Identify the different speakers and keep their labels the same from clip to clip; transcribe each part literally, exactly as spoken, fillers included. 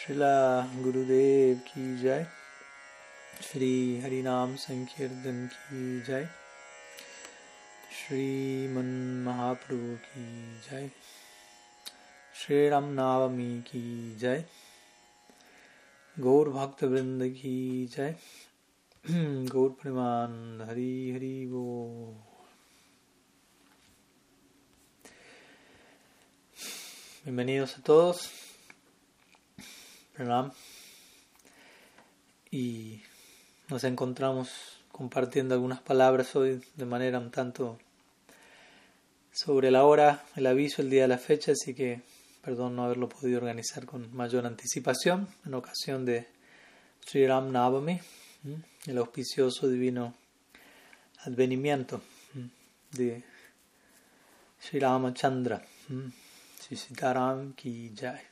Speaker 1: Srila Gurudev ki jai, Shri Harinam Sankirtan ki jai, Shri Man Mahaprabhu ki jai, Shri Ram Navami ki jai, Gaur Bhakta Vrinda ki jai, Gaur Priman Hari Hari Bo. Bienvenidos a todos. Pranam. Y nos encontramos compartiendo algunas palabras hoy de manera un tanto sobre la hora, el aviso, el día de la fecha, así que perdón no haberlo podido organizar con mayor anticipación en ocasión de Sri Ram Navami, el auspicioso divino advenimiento de Sri Ramachandra, Sri Sitaram ki jai.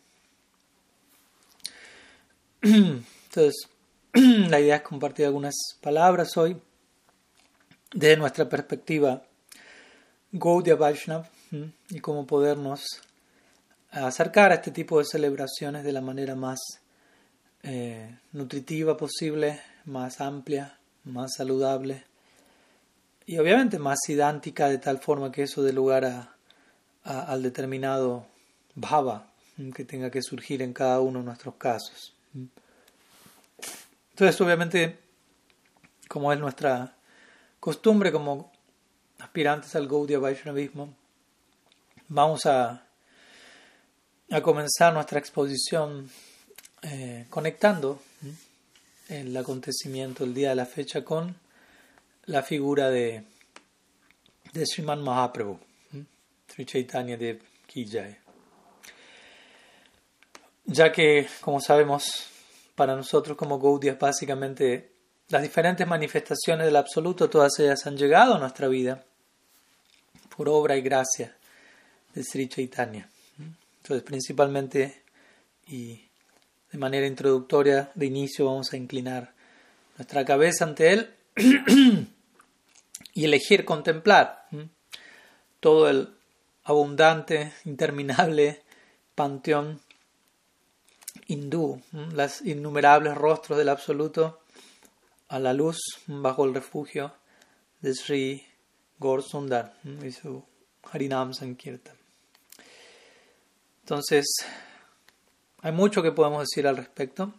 Speaker 1: Entonces, la idea es compartir algunas palabras hoy desde nuestra perspectiva Gaudiya Vaishnava y cómo podernos acercar a este tipo de celebraciones de la manera más eh, nutritiva posible, más amplia, más saludable y obviamente más idántica, de tal forma que eso dé lugar a, a, al determinado bhava que tenga que surgir en cada uno de nuestros casos. Entonces, obviamente, como es nuestra costumbre como aspirantes al Gaudiya Vaishnavismo, vamos a, a comenzar nuestra exposición eh, conectando ¿eh? el acontecimiento, el día de la fecha, con la figura de, de Sriman Mahaprabhu, ¿eh? Sri Chaitanya Dev Ki Jai. Ya que, como sabemos, para nosotros como Gaudiyas, básicamente las diferentes manifestaciones del Absoluto, todas ellas han llegado a nuestra vida por obra y gracia de Sri Chaitanya. Entonces, principalmente y de manera introductoria, de inicio, vamos a inclinar nuestra cabeza ante Él y elegir contemplar todo el abundante, interminable panteón hindú, los innumerables rostros del Absoluto a la luz bajo el refugio de Sri Gaur Sundar y su Harinam Sankirtan. Entonces, hay mucho que podemos decir al respecto.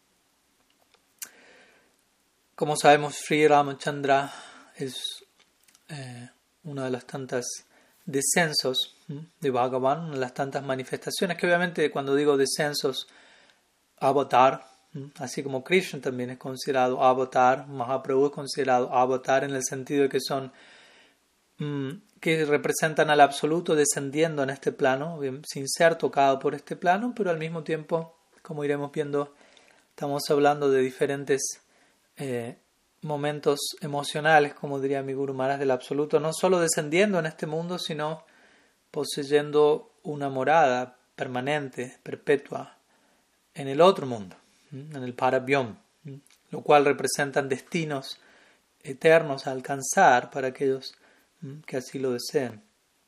Speaker 1: Como sabemos, Sri Ramachandra es eh, una de las tantas descensos de Bhagavan, una de las tantas manifestaciones que obviamente cuando digo descensos, avatar, así como Krishna también es considerado avatar, Mahaprabhu es considerado avatar en el sentido de que son mmm, que representan al Absoluto descendiendo en este plano, bien, sin ser tocado por este plano, pero al mismo tiempo, como iremos viendo, estamos hablando de diferentes eh, momentos emocionales, como diría mi Guru Maharaj, del Absoluto, no solo descendiendo en este mundo, sino poseyendo una morada permanente, perpetua, en el otro mundo, en el Paravyom, lo cual representan destinos eternos a alcanzar para aquellos que así lo deseen.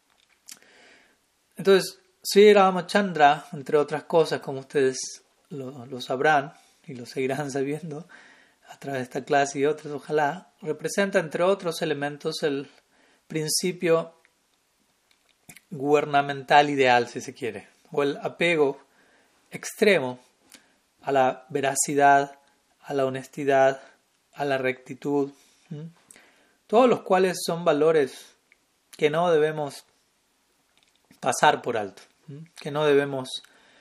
Speaker 1: Entonces, Sri Ramachandra, entre otras cosas, como ustedes lo, lo sabrán y lo seguirán sabiendo a través de esta clase y otras, ojalá, representa, entre otros elementos, el principio gubernamental ideal, si se quiere, o el apego extremo a la veracidad, a la honestidad, a la rectitud, ¿sí? Todos los cuales son valores que no debemos pasar por alto, ¿sí? Que no debemos,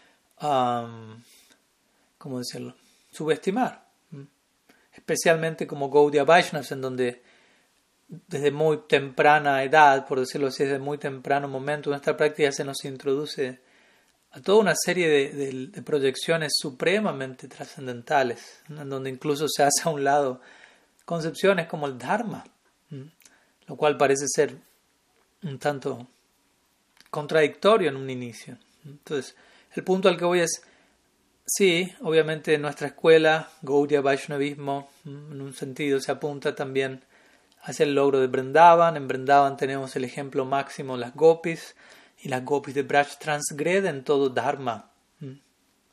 Speaker 1: um, ¿cómo decirlo?, subestimar, ¿sí? Especialmente como Gaudiya Vaishnavas, en donde desde muy temprana edad, por decirlo así, desde muy temprano momento, nuestra práctica se nos introduce a toda una serie de, de, de proyecciones supremamente trascendentales, en donde incluso se hace a un lado concepciones como el Dharma, ¿sí? Lo cual parece ser un tanto contradictorio en un inicio. Entonces, el punto al que voy es, sí, obviamente nuestra escuela, Gaudiya Vaishnavismo, en un sentido se apunta también hacia el logro de Vrindavan. En Vrindavan tenemos el ejemplo máximo, las gopis, y las gopis de Braj transgreden todo dharma,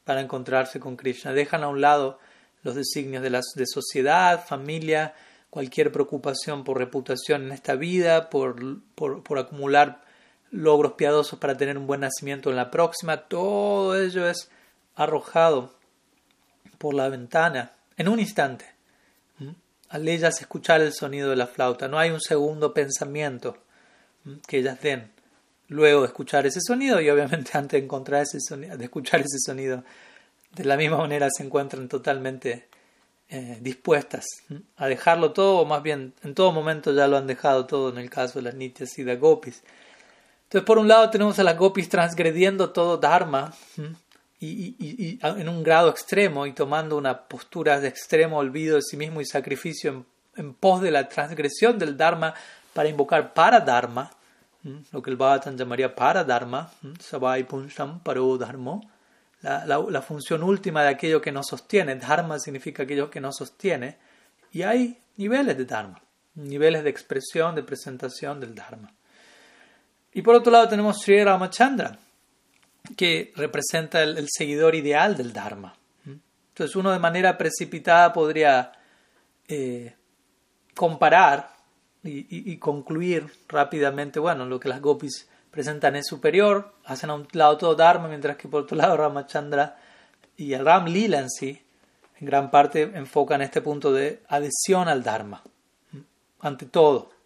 Speaker 1: para encontrarse con Krishna. Dejan a un lado los designios de, la, de sociedad, familia, cualquier preocupación por reputación en esta vida, por, por, por acumular logros piadosos para tener un buen nacimiento en la próxima. Todo ello es arrojado por la ventana en un instante. ¿Mm? Al ellas escuchar el sonido de la flauta, no hay un segundo pensamiento ¿Mm? que ellas den luego de escuchar ese sonido, y obviamente antes de encontrar ese sonido, de escuchar ese sonido, de la misma manera se encuentran totalmente eh, dispuestas ¿Mm? a dejarlo todo, o más bien en todo momento ya lo han dejado todo en el caso de las Nityas y de Gopis. Entonces, por un lado tenemos a las Gopis transgrediendo todo Dharma ¿Mm? Y, y, y en un grado extremo y tomando una postura de extremo olvido de sí mismo y sacrificio en, en pos de la transgresión del Dharma para invocar Paradharma, lo que el Bhagavatam llamaría Paradharma, Savai Punsham Paro Dharmo, la, la, la función última de aquello que nos sostiene. Dharma significa aquello que nos sostiene, y hay niveles de Dharma, niveles de expresión, de presentación del Dharma. Y por otro lado tenemos Sri Ramachandra, que representa el, el seguidor ideal del Dharma. Entonces uno de manera precipitada podría eh, comparar y, y, y concluir rápidamente, bueno, lo que las Gopis presentan es superior, hacen a un lado todo Dharma, mientras que por otro lado Ramachandra y el Ram Lila en sí, en gran parte enfocan este punto de adhesión al Dharma, ante todo,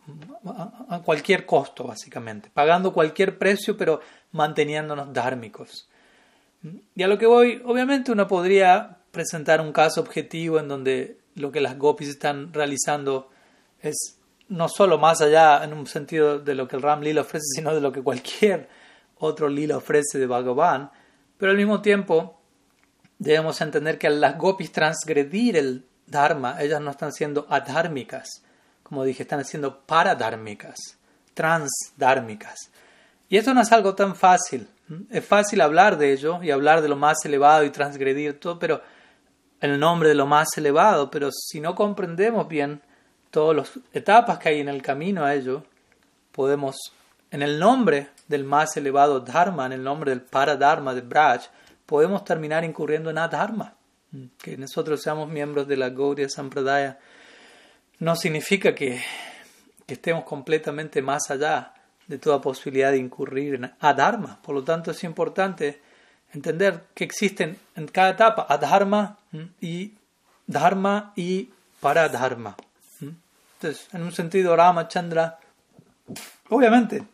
Speaker 1: a cualquier costo básicamente, pagando cualquier precio, pero manteniéndonos dhármicos. Y a lo que voy, obviamente uno podría presentar un caso objetivo en donde lo que las Gopis están realizando es no solo más allá en un sentido de lo que el Ram Lila ofrece, sino de lo que cualquier otro Lila ofrece de Bhagavan, pero al mismo tiempo debemos entender que al las Gopis transgredir el Dharma, ellas no están siendo adhármicas, como dije, están siendo paradhármicas, transdhármicas. Y esto no es algo tan fácil. Es fácil hablar de ello y hablar de lo más elevado y transgredir todo, pero en el nombre de lo más elevado, pero si no comprendemos bien todas las etapas que hay en el camino a ello, podemos, en el nombre del más elevado Dharma, en el nombre del Paradharma de Braj, podemos terminar incurriendo en Adharma. Que nosotros seamos miembros de la Gaudiya Sampradaya no significa que, que estemos completamente más allá de toda posibilidad de incurrir en adharma. Por lo tanto, es importante entender que existen en cada etapa adharma y dharma y paradharma. Entonces, en un sentido, Ramachandra, obviamente,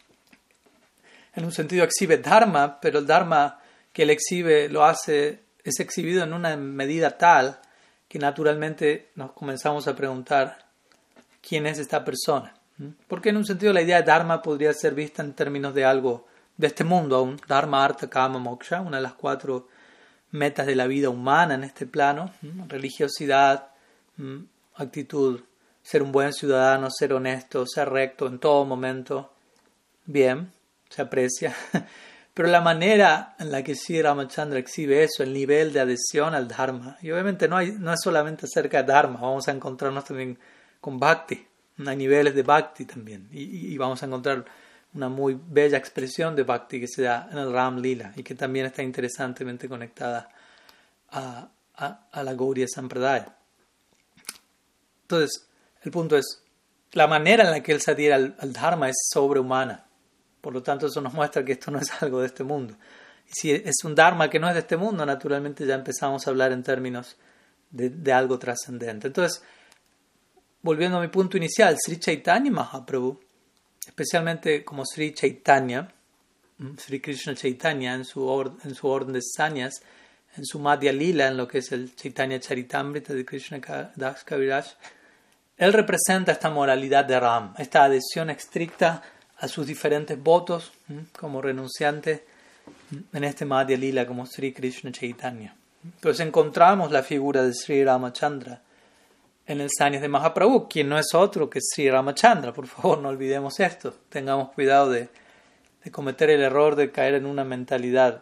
Speaker 1: en un sentido exhibe dharma, pero el dharma que él exhibe lo hace, es exhibido en una medida tal que naturalmente nos comenzamos a preguntar quién es esta persona. Porque en un sentido la idea de Dharma podría ser vista en términos de algo de este mundo aún. Dharma, Artha, Kama, Moksha, una de las cuatro metas de la vida humana en este plano. Religiosidad, actitud, ser un buen ciudadano, ser honesto, ser recto en todo momento. Bien, se aprecia. Pero la manera en la que Sri Ramachandra exhibe eso, el nivel de adhesión al Dharma, y obviamente no, hay, no es solamente acerca de Dharma, vamos a encontrarnos también con Bhakti. Hay niveles de Bhakti también, y, y vamos a encontrar una muy bella expresión de Bhakti que se da en el Ram Lila y que también está interesantemente conectada a, a, a la Gaudiya Sampradaya. Entonces, el punto es, la manera en la que él se adhiere al, al Dharma es sobrehumana. Por lo tanto, eso nos muestra que esto no es algo de este mundo. Y si es un Dharma que no es de este mundo, naturalmente ya empezamos a hablar en términos de, de algo trascendente. Entonces, volviendo a mi punto inicial, Sri Chaitanya Mahaprabhu, especialmente como Sri Chaitanya, Sri Krishna Chaitanya en su, or, en su orden de sanyas, en su Madhya Lila, en lo que es el Chaitanya Charitamrita de Krishna Das Kaviraj, él representa esta moralidad de Ram, esta adhesión estricta a sus diferentes votos como renunciante en este Madhya Lila como Sri Krishna Chaitanya. Entonces encontramos la figura de Sri Ramachandra en el Sanyas de Mahaprabhu, quien no es otro que Sri Ramachandra. Por favor, no olvidemos esto. Tengamos cuidado de, de cometer el error de caer en una mentalidad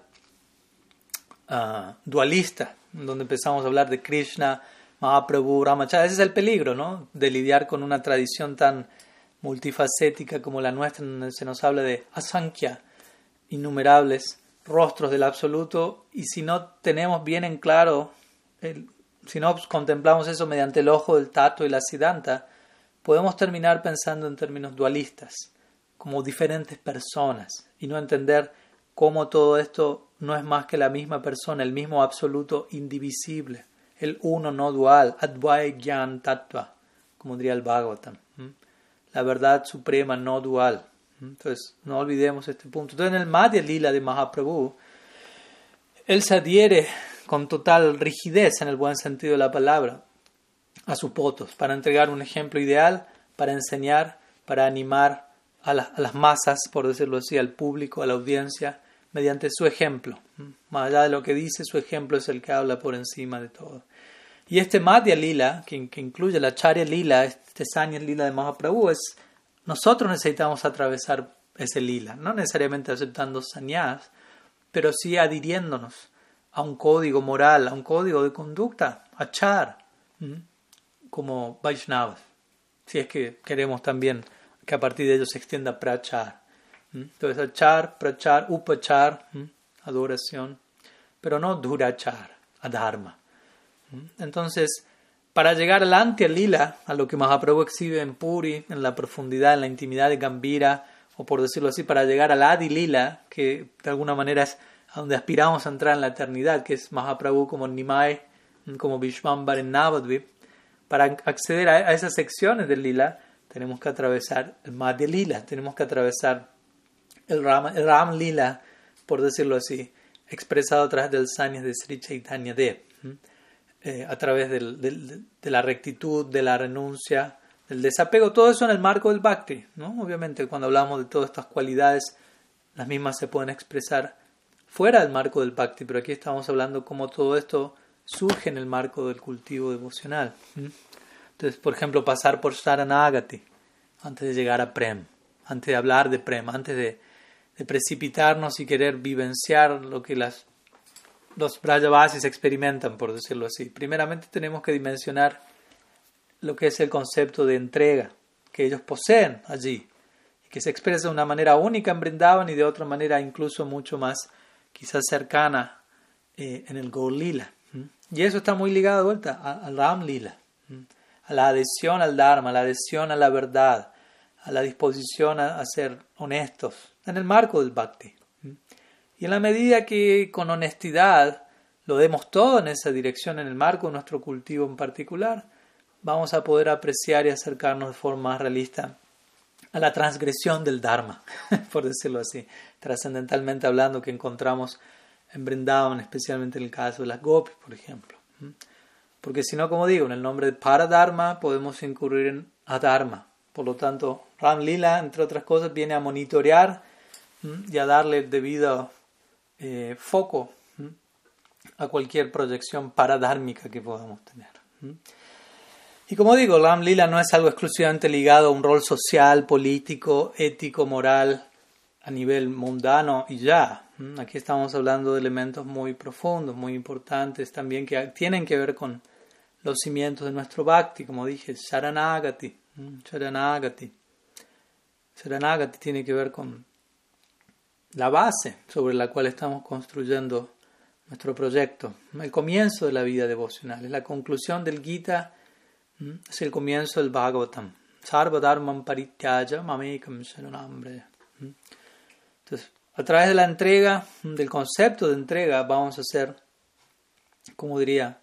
Speaker 1: uh, dualista, donde empezamos a hablar de Krishna, Mahaprabhu, Ramachandra. Ese es el peligro, ¿no? De lidiar con una tradición tan multifacética como la nuestra, donde se nos habla de asankhya, innumerables rostros del Absoluto, y si no tenemos bien en claro, el, si no contemplamos eso mediante el ojo del Tattva y la Siddhanta, podemos terminar pensando en términos dualistas, como diferentes personas, y no entender cómo todo esto no es más que la misma persona, el mismo Absoluto indivisible, el uno no dual, Advaya Gyan Tattva, como diría el Bhagavatam, la verdad suprema no dual. Entonces, no olvidemos este punto. Entonces, en el Madhya Lila de Mahaprabhu, él se adhiere con total rigidez, en el buen sentido de la palabra, a sus votos, para entregar un ejemplo ideal, para enseñar, para animar a, la, a las masas, por decirlo así, al público, a la audiencia, mediante su ejemplo. Más allá de lo que dice, su ejemplo es el que habla por encima de todo. Y este Madhya Lila, que, que incluye la Acharya Lila, este Sanya Lila de Mahaprabhu, es, nosotros necesitamos atravesar ese Lila, no necesariamente aceptando sannyas, pero sí adhiriéndonos a un código moral, a un código de conducta, achar, como Vaishnavas, si es que queremos también que a partir de ello se extienda prachar. Entonces, achar, prachar, upachar, adoración, pero no durachar, adharma. Entonces, para llegar al Antya Lila, a lo que Mahaprabhu exhibe en Puri, en la profundidad, en la intimidad de Gambhira, o por decirlo así, para llegar al Adi Lila, que de alguna manera es a donde aspiramos a entrar en la eternidad, que es Mahaprabhu como Nimai, como Vishvambar en Navadvip, para acceder a esas secciones del Lila, tenemos que atravesar el Madhya Lila, tenemos que atravesar el Ram, el Ram Lila, por decirlo así, expresado a través del Sanya de Sri Chaitanya Dev. Eh, a través del, del, de la rectitud, de la renuncia, del desapego, todo eso en el marco del Bhakti, ¿no? Obviamente, cuando hablamos de todas estas cualidades, las mismas se pueden expresar fuera del marco del Bhakti, pero aquí estamos hablando cómo todo esto surge en el marco del cultivo devocional. ¿Mm? Entonces, por ejemplo, pasar por Sharanagati antes de llegar a Prem, antes de hablar de Prem, antes de, de precipitarnos y querer vivenciar lo que las los Brajavasis experimentan, por decirlo así. Primeramente tenemos que dimensionar lo que es el concepto de entrega que ellos poseen allí, y que se expresa de una manera única en Vrindavan y de otra manera incluso mucho más quizás cercana eh, en el Gaur Lila. Y eso está muy ligado de vuelta al Ram Lila, a la adhesión al Dharma, a la adhesión a la verdad, a la disposición a, a ser honestos en el marco del Bhakti. Y en la medida que con honestidad lo demos todo en esa dirección, en el marco de nuestro cultivo en particular, vamos a poder apreciar y acercarnos de forma más realista a la transgresión del Dharma, por decirlo así, trascendentalmente hablando, que encontramos en Vrindavan, especialmente en el caso de las gopis, por ejemplo. Porque si no, como digo, en el nombre de Paradharma podemos incurrir en Adharma. Por lo tanto, Ram Lila, entre otras cosas, viene a monitorear y a darle el debido eh, foco ¿m? a cualquier proyección paradármica que podamos tener. ¿m? Y como digo, Ram Lila no es algo exclusivamente ligado a un rol social, político, ético, moral, a nivel mundano y ya. ¿m? Aquí estamos hablando de elementos muy profundos, muy importantes también, que tienen que ver con los cimientos de nuestro Bhakti, como dije, Sharanagati. ¿m? Sharanagati. Sharanagati tiene que ver con la base sobre la cual estamos construyendo nuestro proyecto, el comienzo de la vida devocional, es la conclusión del Gita, es el comienzo del Bhagavatam. Sarva dharmam parityaya mamekam sharanam vraja. Entonces, a través de la entrega, del concepto de entrega, vamos a hacer, como diría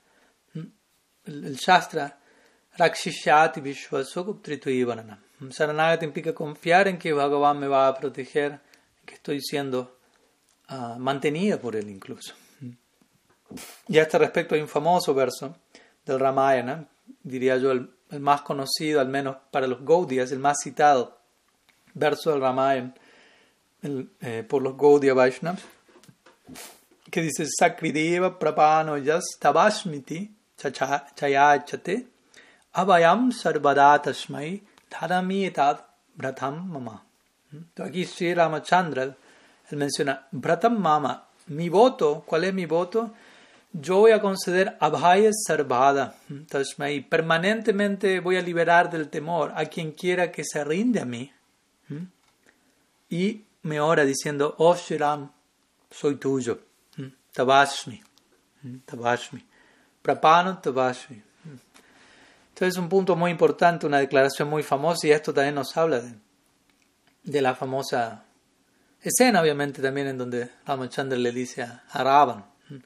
Speaker 1: el, el Shastra, Rakshishyati Vishwasukuptrituivananam. Sharanagati implica confiar en que Bhagavan me va a proteger, que estoy siendo uh, mantenida por él incluso. Y a este respecto hay un famoso verso del Ramayana, diría yo el, el más conocido, al menos para los Gaudiyas, el más citado verso del Ramayana el, eh, por los Gaudiya Vaishnavas, que dice Sakrideva prapano yas tabashmiti chayachate abhayam sarvada tasmai dharami etad vratam mama. Entonces aquí Sri Ramachandra, él menciona Vratam Mama, mi voto, ¿cuál es mi voto? Yo voy a conceder Abhaya Sarvada, Tashmai, permanentemente voy a liberar del temor a quien quiera que se rinde a mí. Y me ora diciendo, oh Shri Ram, soy tuyo. Tavashmi, Tavashmi, Prapano Tavashmi. Entonces es un punto muy importante, una declaración muy famosa, y esto también nos habla de, de la famosa escena, obviamente, también en donde Ramachandra le dice a Ravan: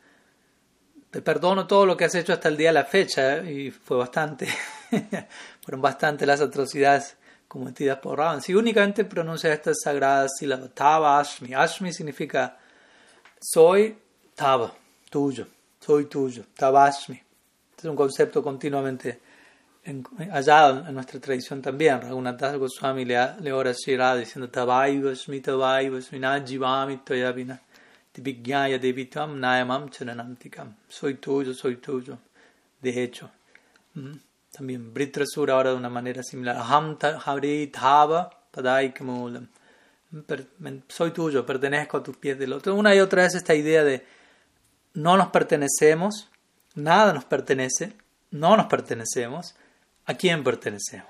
Speaker 1: te perdono todo lo que has hecho hasta el día de la fecha, y fue bastante, fueron bastante las atrocidades cometidas por Ravan. Si únicamente pronuncia estas sagradas sílabas, Tava Ashmi. Ashmi significa soy Tava, tuyo, soy tuyo, Tava Ashmi. Este es un concepto continuamente hallado en nuestra tradición también. Raghunath Das Goswami le, le ora a Sri Radha diciendo: Tavaivasmi, Tavaivasmi, na jivami toyavina, tivigyaya devitam nayamam charanantikam. Soy tuyo, soy tuyo. De hecho, ¿m? También Vritrasura ahora de una manera similar. Aham hari dhava padaikamulam. Soy tuyo, pertenezco a tus pies del otro. Una y otra vez esta idea de no nos pertenecemos, nada nos pertenece, no nos pertenecemos. ¿A quién pertenecemos?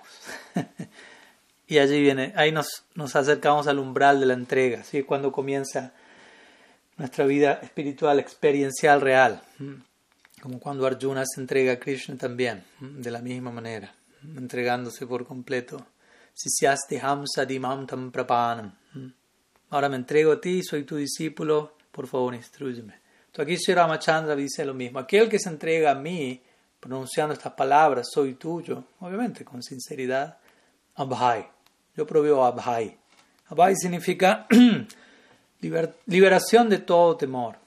Speaker 1: Y allí viene, ahí nos, nos acercamos al umbral de la entrega, ¿sí? Cuando comienza nuestra vida espiritual, experiencial, real. Como cuando Arjuna se entrega a Krishna también, de la misma manera, entregándose por completo. Sisyasti hamsa dimam tam prapanam. Ahora me entrego a ti, soy tu discípulo, por favor instrúyeme. Entonces aquí Sri Ramachandra dice lo mismo. Aquel que se entrega a mí, pronunciando estas palabras, soy tuyo, obviamente con sinceridad, Abhay. Yo proveo Abhay. Abhay significa liber, liberación de todo temor.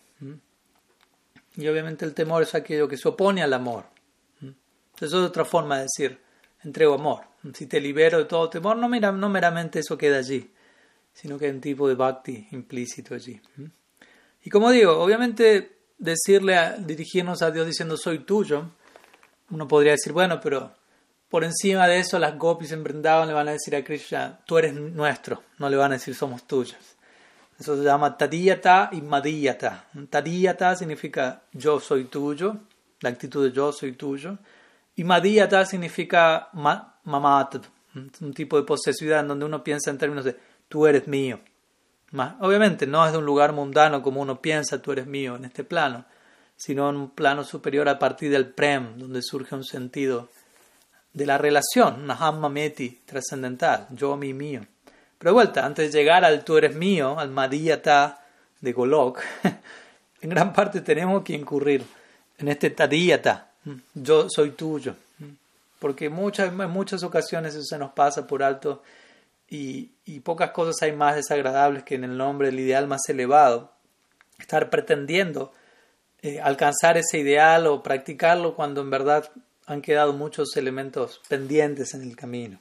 Speaker 1: Y obviamente el temor es aquello que se opone al amor. Entonces es otra forma de decir, entrego amor. Si te libero de todo temor, no, mira, no meramente eso queda allí, sino que hay un tipo de bhakti implícito allí. Y como digo, obviamente decirle, a, dirigirnos a Dios diciendo soy tuyo, uno podría decir, bueno, pero por encima de eso las gopis en Vrindavan le van a decir a Krishna, tú eres nuestro, no le van a decir somos tuyos. Eso se llama tadiyata y madiyata. Tadiyata significa yo soy tuyo, la actitud de yo soy tuyo, y madiyata significa ma, mamat, un tipo de posesividad en donde uno piensa en términos de tú eres mío. Obviamente no es de un lugar mundano como uno piensa tú eres mío en este plano, sino en un plano superior a partir del prem, donde surge un sentido de la relación, una hammameti trascendental, yo, mi, mío. Pero de vuelta, antes de llegar al tú eres mío, al madiyata de Golok, en gran parte tenemos que incurrir en este tadiyata, yo soy tuyo, porque muchas, en muchas ocasiones eso se nos pasa por alto y, y pocas cosas hay más desagradables que en el nombre del ideal más elevado, estar pretendiendo Eh, alcanzar ese ideal o practicarlo cuando en verdad han quedado muchos elementos pendientes en el camino.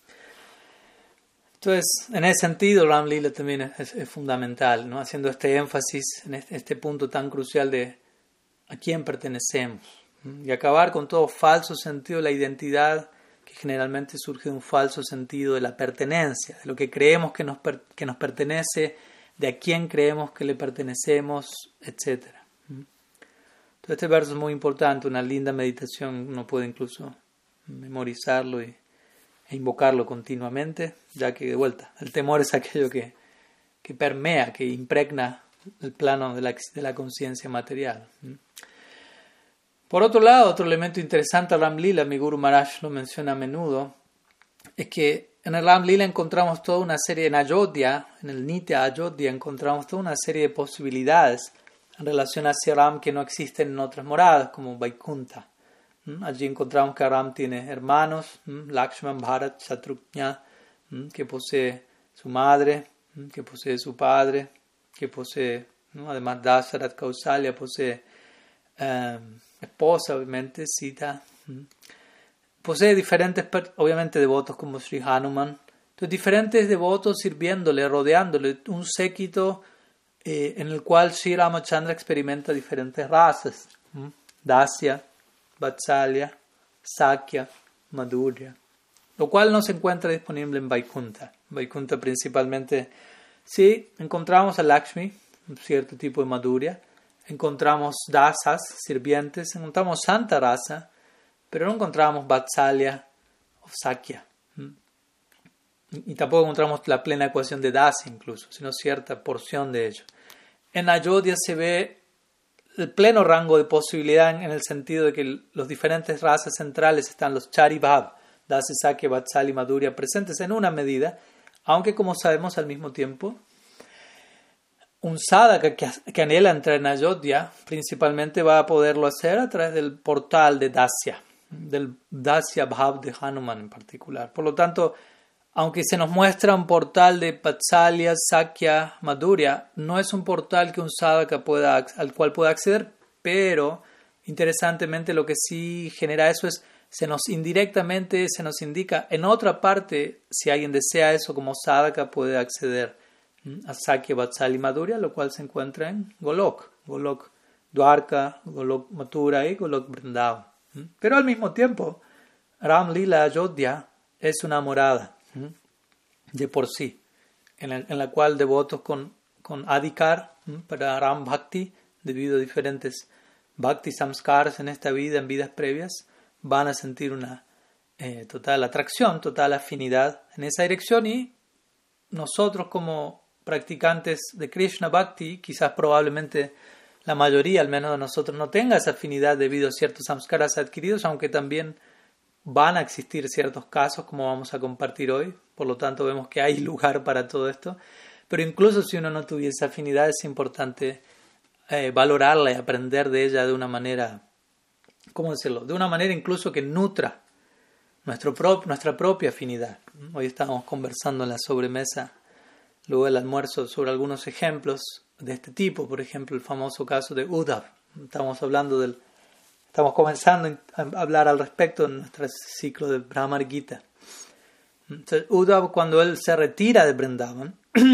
Speaker 1: Entonces, en ese sentido, Ram Lila también es, es fundamental, ¿no? Haciendo este énfasis en este, este punto tan crucial de a quién pertenecemos, ¿no? Y acabar con todo falso sentido de la identidad que generalmente surge de un falso sentido de la pertenencia, de lo que creemos que nos, per, que nos pertenece, de a quién creemos que le pertenecemos, etcétera. Este verso es muy importante, una linda meditación, uno puede incluso memorizarlo y, e invocarlo continuamente, ya que de vuelta, el temor es aquello que, que permea, que impregna el plano de la, de la conciencia material. Por otro lado, otro elemento interesante al Ram Lila, mi Guru Maharaj lo menciona a menudo, es que en el Ram Lila encontramos toda una serie, en Ayodhya, en el Nitya Ayodhya, encontramos toda una serie de posibilidades en relación a Sri Ram que no existen en otras moradas, como Vaikunta. Allí encontramos que Ram tiene hermanos, Lakshman, Bharat, Shatrugna, que posee su madre, que posee su padre, que posee, ¿no? Además Dasharat, Kausalya, posee eh, esposa, obviamente, Sita. Posee diferentes, obviamente, devotos como Sri Hanuman. Entonces, diferentes devotos sirviéndole, rodeándole, un séquito Eh, en el cual Sri Ramachandra experimenta diferentes razas, ¿m? Dasya, Vatsalya, Sakya, Madhurya, lo cual no se encuentra disponible en Vaikunta. Vaikunta principalmente, sí, encontramos a Lakshmi, un cierto tipo de Madhurya, encontramos Dasas, sirvientes, encontramos Santa Rasa, pero no encontramos Vatsalya o Sakya. ¿m? Y tampoco encontramos la plena ecuación de Dasa incluso, sino cierta porción de ello. en Ayodhya se ve el pleno rango de posibilidad en el sentido de que los diferentes razas centrales están los Charibhav, Dasi, Sakya, Vatsalya y Madhurya presentes en una medida, aunque como sabemos al mismo tiempo, un sadhaka que, que anhela entrar en Ayodhya principalmente va a poderlo hacer a través del portal de Dasya, del Dasya Bhav de Hanuman en particular. Por lo tanto, aunque se nos muestra un portal de Vatsalya, Sakya, Madhurya, no es un portal que un sadhaka pueda, al cual pueda acceder, pero interesantemente lo que sí genera eso es, se nos indirectamente se nos indica en otra parte, si alguien desea eso como sadhaka puede acceder a Sakya, Vatsalya y Madhurya, lo cual se encuentra en Golok, Golok Dwarka, Golok Mathura y Golok Vrindavan. Pero al mismo tiempo, Ram Lila Ayodhya es una morada de por sí, en la, en la cual devotos con, con adhikar para Ram Bhakti, debido a diferentes Bhakti samskaras en esta vida, en vidas previas, van a sentir una eh, total atracción, total afinidad en esa dirección, y nosotros como practicantes de Krishna Bhakti, quizás probablemente la mayoría, al menos de nosotros, no tenga esa afinidad debido a ciertos samskaras adquiridos, aunque también van a existir ciertos casos, como vamos a compartir hoy. Por lo tanto, vemos que hay lugar para todo esto. Pero incluso si uno no tuviese afinidad, es importante eh, valorarla y aprender de ella de una manera, ¿cómo decirlo? De una manera incluso que nutra nuestro pro- nuestra propia afinidad. Hoy estábamos conversando en la sobremesa, luego del almuerzo, sobre algunos ejemplos de este tipo. Por ejemplo, el famoso caso de Uddhav. Estamos hablando del, estamos comenzando a hablar al respecto en nuestro ciclo de Brahmar Gita. Entonces, Uddhav, cuando él se retira de Vrindavan,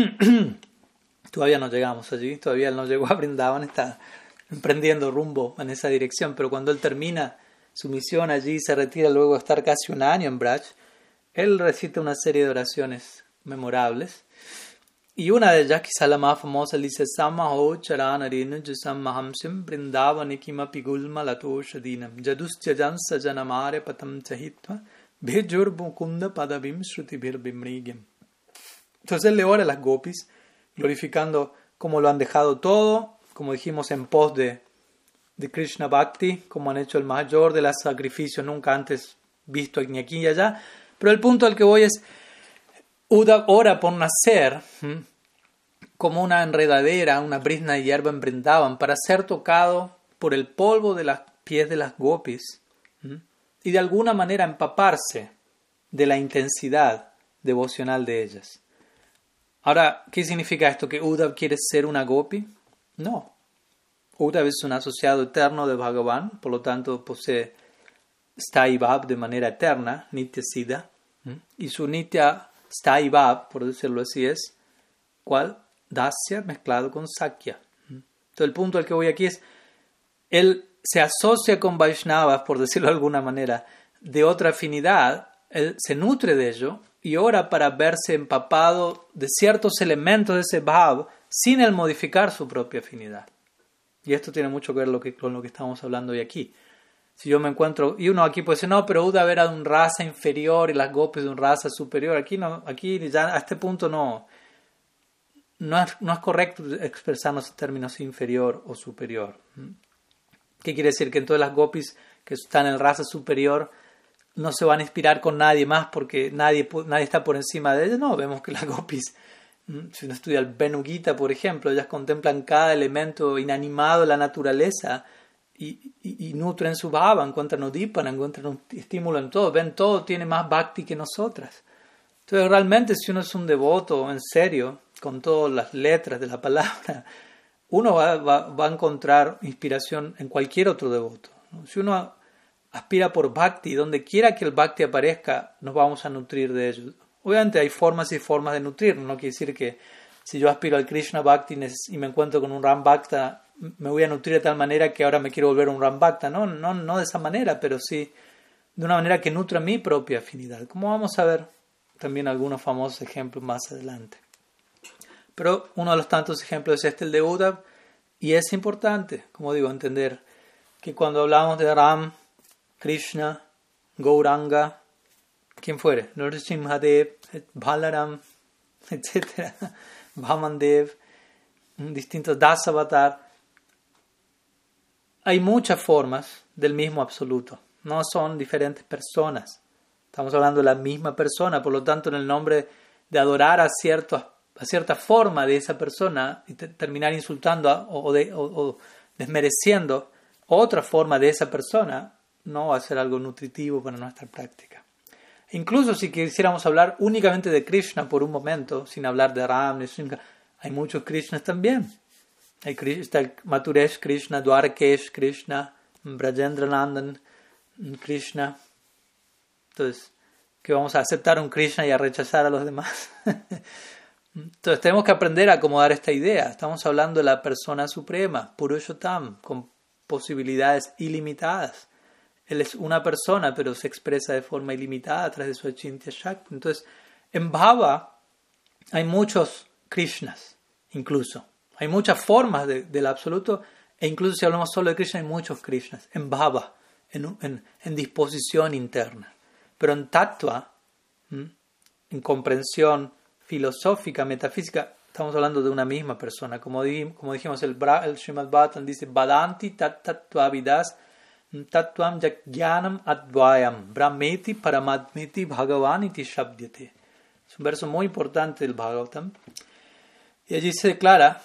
Speaker 1: todavía no llegamos allí, todavía él no llegó a Vrindavan, está emprendiendo rumbo en esa dirección, pero cuando él termina su misión allí, se retira luego de estar casi un año en Braj, él recita una serie de oraciones memorables. Y una de ellas, quizá la más famosa, dice: Samaho charanarinu jusam mahamsim brindavanikima pigulma latoshadinam jadustyajan sajanamare patam chahitva bhejur mukunda padavim shrutibhir bimrigyam. Entonces él le ora a las gopis, glorificando cómo lo han dejado todo, como dijimos, en pos de, de Krishna Bhakti, como han hecho el mayor de los sacrificios nunca antes visto ni aquí ni allá. Pero el punto al que voy es: Uddhav ora por nacer ¿sí? como una enredadera, una brizna de hierba en Vrindavan, para ser tocado por el polvo de los pies de las gopis ¿sí? y de alguna manera empaparse de la intensidad devocional de ellas. Ahora, ¿qué significa esto? ¿Que Uddhav quiere ser una gopi? No. Uddhav es un asociado eterno de Bhagavan, por lo tanto posee Sthayi Bhav de manera eterna, Nitya Siddha, ¿sí? y su Nitya Sthayi Bhav, por decirlo así, es ¿cuál? Dasya mezclado con Sakya. Entonces el punto al que voy aquí es, él se asocia con Vaishnavas, por decirlo de alguna manera, de otra afinidad, él se nutre de ello y ora para verse empapado de ciertos elementos de ese Bhav sin el modificar su propia afinidad. Y esto tiene mucho que ver lo que, con lo que estamos hablando hoy aquí. Si yo me encuentro, y uno aquí puede decir, no, pero Uddhav era de un raza inferior y las gopis de un raza superior. Aquí no, aquí ya a este punto no, no es, no es correcto expresarnos en términos inferior o superior. ¿Qué quiere decir? Que entonces las gopis que están en raza superior no se van a inspirar con nadie más porque nadie, nadie está por encima de ellas. No, vemos que las gopis, si uno estudia el Venu Gita, por ejemplo, ellas contemplan cada elemento inanimado de la naturaleza y, y, y nutren su bhava, encuentran udipana, encuentran un estímulo en todo, ven todo, tiene más bhakti que nosotras. Entonces realmente si uno es un devoto en serio, con todas las letras de la palabra, uno va, va, va a encontrar inspiración en cualquier otro devoto. Si uno aspira por bhakti, donde quiera que el bhakti aparezca, nos vamos a nutrir de ello. Obviamente hay formas y formas de nutrir, no quiere decir que si yo aspiro al Krishna Bhakti y me encuentro con un Ram Bhakta, me voy a nutrir de tal manera que ahora me quiero volver un Ram Bhakta. No, no, no de esa manera, pero sí de una manera que nutra mi propia afinidad, como vamos a ver también algunos famosos ejemplos más adelante. Pero uno de los tantos ejemplos es este, el de Uddhav, y es importante, como digo, entender que cuando hablamos de Ram, Krishna, Gauranga, quien fuere, Nrsimhadev, Balaram, etcétera, Vamandev, distintos Dasavatar. Hay muchas formas del mismo absoluto, no son diferentes personas. Estamos hablando de la misma persona, por lo tanto, en el nombre de adorar a, cierto, a cierta forma de esa persona y te, terminar insultando a, o, de, o, o desmereciendo otra forma de esa persona, no va a ser algo nutritivo para nuestra práctica. Incluso si quisiéramos hablar únicamente de Krishna por un momento, sin hablar de Ram, hay muchos Krishnas también. Hay, está el Mathuresh Krishna, Dwarkesh Krishna, Brajendranandan Krishna. Entonces, ¿qué vamos a aceptar un Krishna y a rechazar a los demás? Entonces, tenemos que aprender a acomodar esta idea. Estamos hablando de la persona suprema, Purushottam, con posibilidades ilimitadas. Él es una persona, pero se expresa de forma ilimitada a través de su Achintya Shakti. Entonces, en Bhava hay muchos Krishnas, incluso. Hay muchas formas de, del absoluto, e incluso si hablamos solo de Krishna, hay muchos Krishnas, en Bhava, en, en, en disposición interna. Pero en Tattva, en comprensión filosófica, metafísica, estamos hablando de una misma persona. Como, di, como dijimos, el, el Srimad Bhattan dice, Vadanti tat tattvavidas tattvam jnanam advayam brahmeti paramatmeti bhagavan iti shabdyate. Es un verso muy importante del Bhagavatam. Y allí se declara,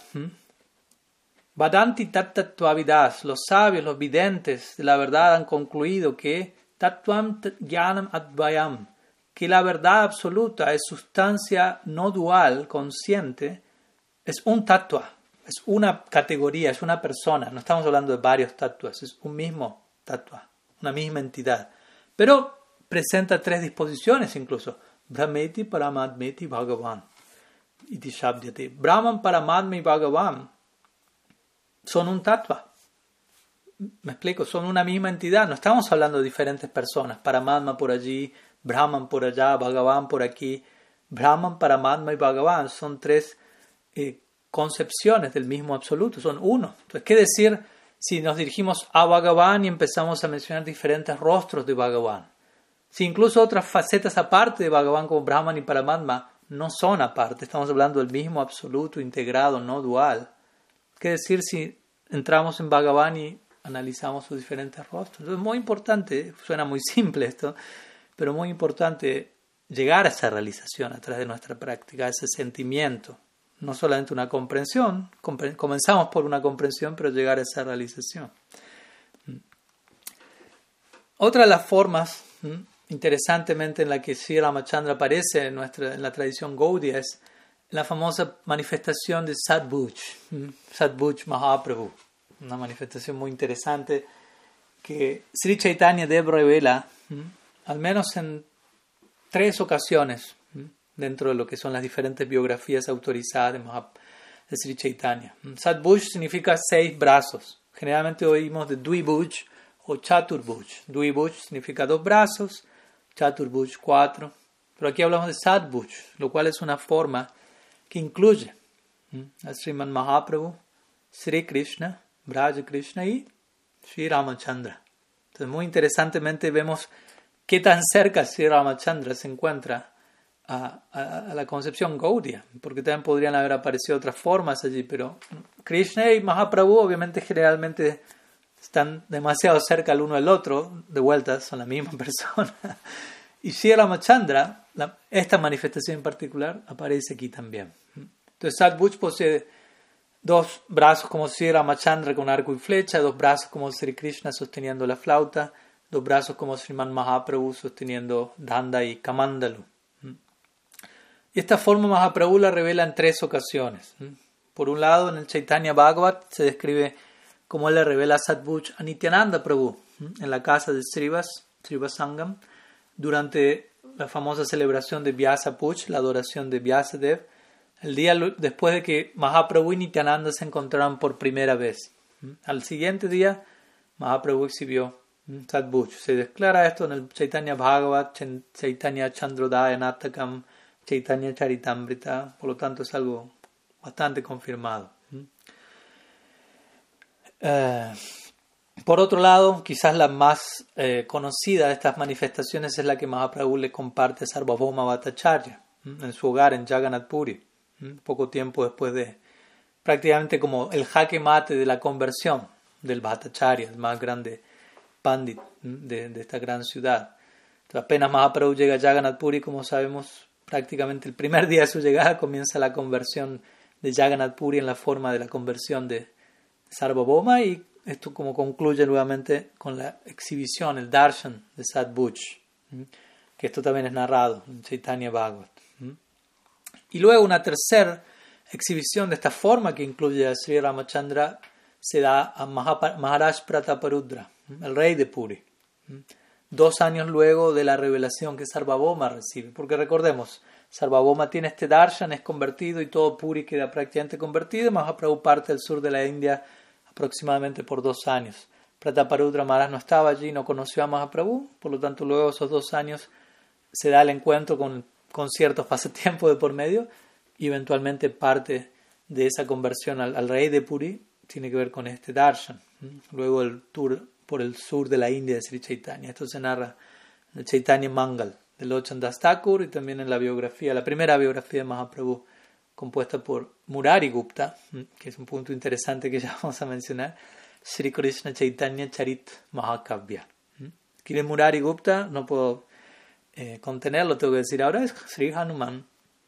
Speaker 1: Vadanti tat tattvavidas, los sabios, los videntes de la verdad han concluido que tattvam jnanam advayam, que la verdad absoluta es sustancia no dual, consciente, es un tattva, es una categoría, es una persona. No estamos hablando de varios tattvas, es un mismo tattva, una misma entidad. Pero presenta tres disposiciones incluso. Brahmeti, Paramatmeti, Bhagavan. Iti Shabdyate. Brahman, Paramatma y Bhagavan son un tattva. Me explico, son una misma entidad. No estamos hablando de diferentes personas. Paramatma por allí, Brahman por allá, Bhagavan por aquí. Brahman, Paramatma y Bhagavan son tres eh, concepciones del mismo absoluto, son uno. Entonces, ¿qué decir si nos dirigimos a Bhagavan y empezamos a mencionar diferentes rostros de Bhagavan? Si incluso otras facetas aparte de Bhagavan como Brahman y Paramatma no son aparte, estamos hablando del mismo absoluto integrado, no dual. ¿Qué decir si entramos en Bhagavan y analizamos sus diferentes rostros? Entonces es muy importante, suena muy simple esto, pero muy importante llegar a esa realización a través de nuestra práctica, a ese sentimiento. No solamente una comprensión, compre- comenzamos por una comprensión, pero llegar a esa realización. Otra de las formas, interesantemente, en la que Sri Ramachandra aparece en, nuestra, en la tradición Gaudiya es la famosa manifestación de Sadbhuj, Sadbhuj Mahaprabhu, una manifestación muy interesante que Sri Chaitanya Dev revela, al menos en tres ocasiones, dentro de lo que son las diferentes biografías autorizadas de, Mahap- de Sri Chaitanya. Sadbhuj significa seis brazos. Generalmente oímos de Dvibhuj o Chaturbhuj. Dvibhuj significa dos brazos, Chaturbhuj cuatro. Pero aquí hablamos de Sadbhuj, lo cual es una forma que incluye a Sriman Mahaprabhu, Sri Krishna, Braja Krishna y Sri Ramachandra. Entonces, muy interesantemente vemos qué tan cerca Sri Ramachandra se encuentra A, a, a la concepción Gaudiya, porque también podrían haber aparecido otras formas allí, pero Krishna y Mahaprabhu obviamente generalmente están demasiado cerca el uno del otro, de vuelta son la misma persona. Y Sri Ramachandra, la, esta manifestación en particular, aparece aquí también. Entonces Sadbhuj posee dos brazos como Sri Ramachandra con arco y flecha, dos brazos como Sri Krishna sosteniendo la flauta, dos brazos como Sriman Mahaprabhu sosteniendo Danda y Kamandalu. Y esta forma Mahaprabhu la revela en tres ocasiones. Por un lado, en el Chaitanya Bhagavat se describe cómo él le revela a Sadbhuj a Nityananda Prabhu en la casa de Srivas, Srivasangam, durante la famosa celebración de Vyasa Puj, la adoración de Vyasadev, el día después de que Mahaprabhu y Nityananda se encontraron por primera vez. Al siguiente día, Mahaprabhu exhibió Sadbhuj. Se declara esto en el Chaitanya Bhagavat, Chaitanya Chandrodaya Natakam, Chaitanya Charitamrita, por lo tanto es algo bastante confirmado. Eh, por otro lado, quizás la más eh, conocida de estas manifestaciones es la que Mahaprabhu le comparte a Sarvabhauma Bhattacharya en su hogar en Jagannath Puri, poco tiempo después de, prácticamente como el jaque mate de la conversión del Bhattacharya, el más grande pandit de, de esta gran ciudad. Entonces, apenas Mahaprabhu llega a Jagannath Puri, como sabemos, prácticamente el primer día de su llegada comienza la conversión de Jagannath Puri en la forma de la conversión de Sarvabhauma, y esto como concluye nuevamente con la exhibición, el darshan de Sadbuj, que esto también es narrado en Chaitanya Bhagavat. Y luego una tercera exhibición de esta forma que incluye a Sri Ramachandra se da a Maharaj Prataparudra, el rey de Puri, dos años luego de la revelación que Sarvabhauma recibe. Porque recordemos, Sarvabhauma tiene este darshan, es convertido y todo Puri queda prácticamente convertido. Mahaprabhu parte del sur de la India aproximadamente por dos años. Prataparudra Maharaj no estaba allí, no conoció a Mahaprabhu, por lo tanto luego de esos dos años se da el encuentro con, con ciertos pasatiempos de por medio, y eventualmente parte de esa conversión al, al rey de Puri tiene que ver con este darshan. Luego el tour por el sur de la India de Sri Chaitanya. Esto se narra en el Chaitanya Mangal de Lochan Das Thakur, y también en la biografía, la primera biografía de Mahaprabhu, compuesta por Murari Gupta, que es un punto interesante que ya vamos a mencionar, Sri Krishna Chaitanya Charit Mahakavya. Aquí Murari Gupta, no puedo eh, contenerlo, tengo que decir ahora, es Sri Hanuman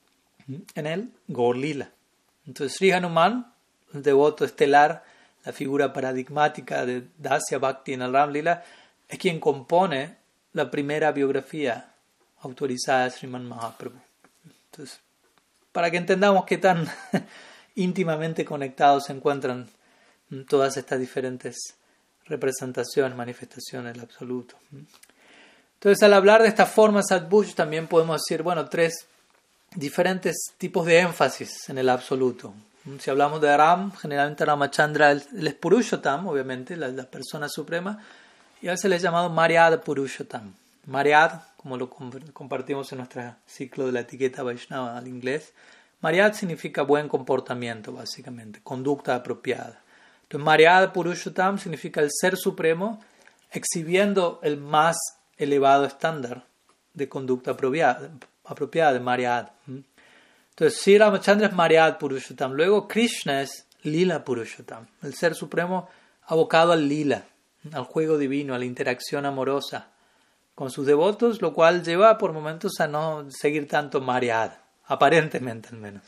Speaker 1: en el Gaur Lila. Entonces Sri Hanuman, el devoto estelar, la figura paradigmática de Dasya Bhakti en el Ram Lila, es quien compone la primera biografía autorizada de Sriman Mahaprabhu. Entonces, para que entendamos qué tan íntimamente conectados se encuentran todas estas diferentes representaciones, manifestaciones del absoluto. Entonces, al hablar de esta forma Sadbuj, también podemos decir, bueno, tres diferentes tipos de énfasis en el absoluto. Si hablamos de Ram, generalmente Ramachandra, él, él es Purushottam, obviamente, la, la persona suprema, y a veces le es llamado Maryad Purushottam. Maryad, como lo compartimos en nuestro ciclo de la etiqueta Vaishnava al inglés, Maryad significa buen comportamiento, básicamente, conducta apropiada. Entonces, Maryad Purushottam significa el ser supremo exhibiendo el más elevado estándar de conducta apropiada, apropiada de Maryad. Entonces, Sri Ramachandra es Maryad Purushottam. Luego, Krishna es Lila Purushottam, el ser supremo abocado al lila, al juego divino, a la interacción amorosa con sus devotos, lo cual lleva por momentos a no seguir tanto Maryad, aparentemente al menos.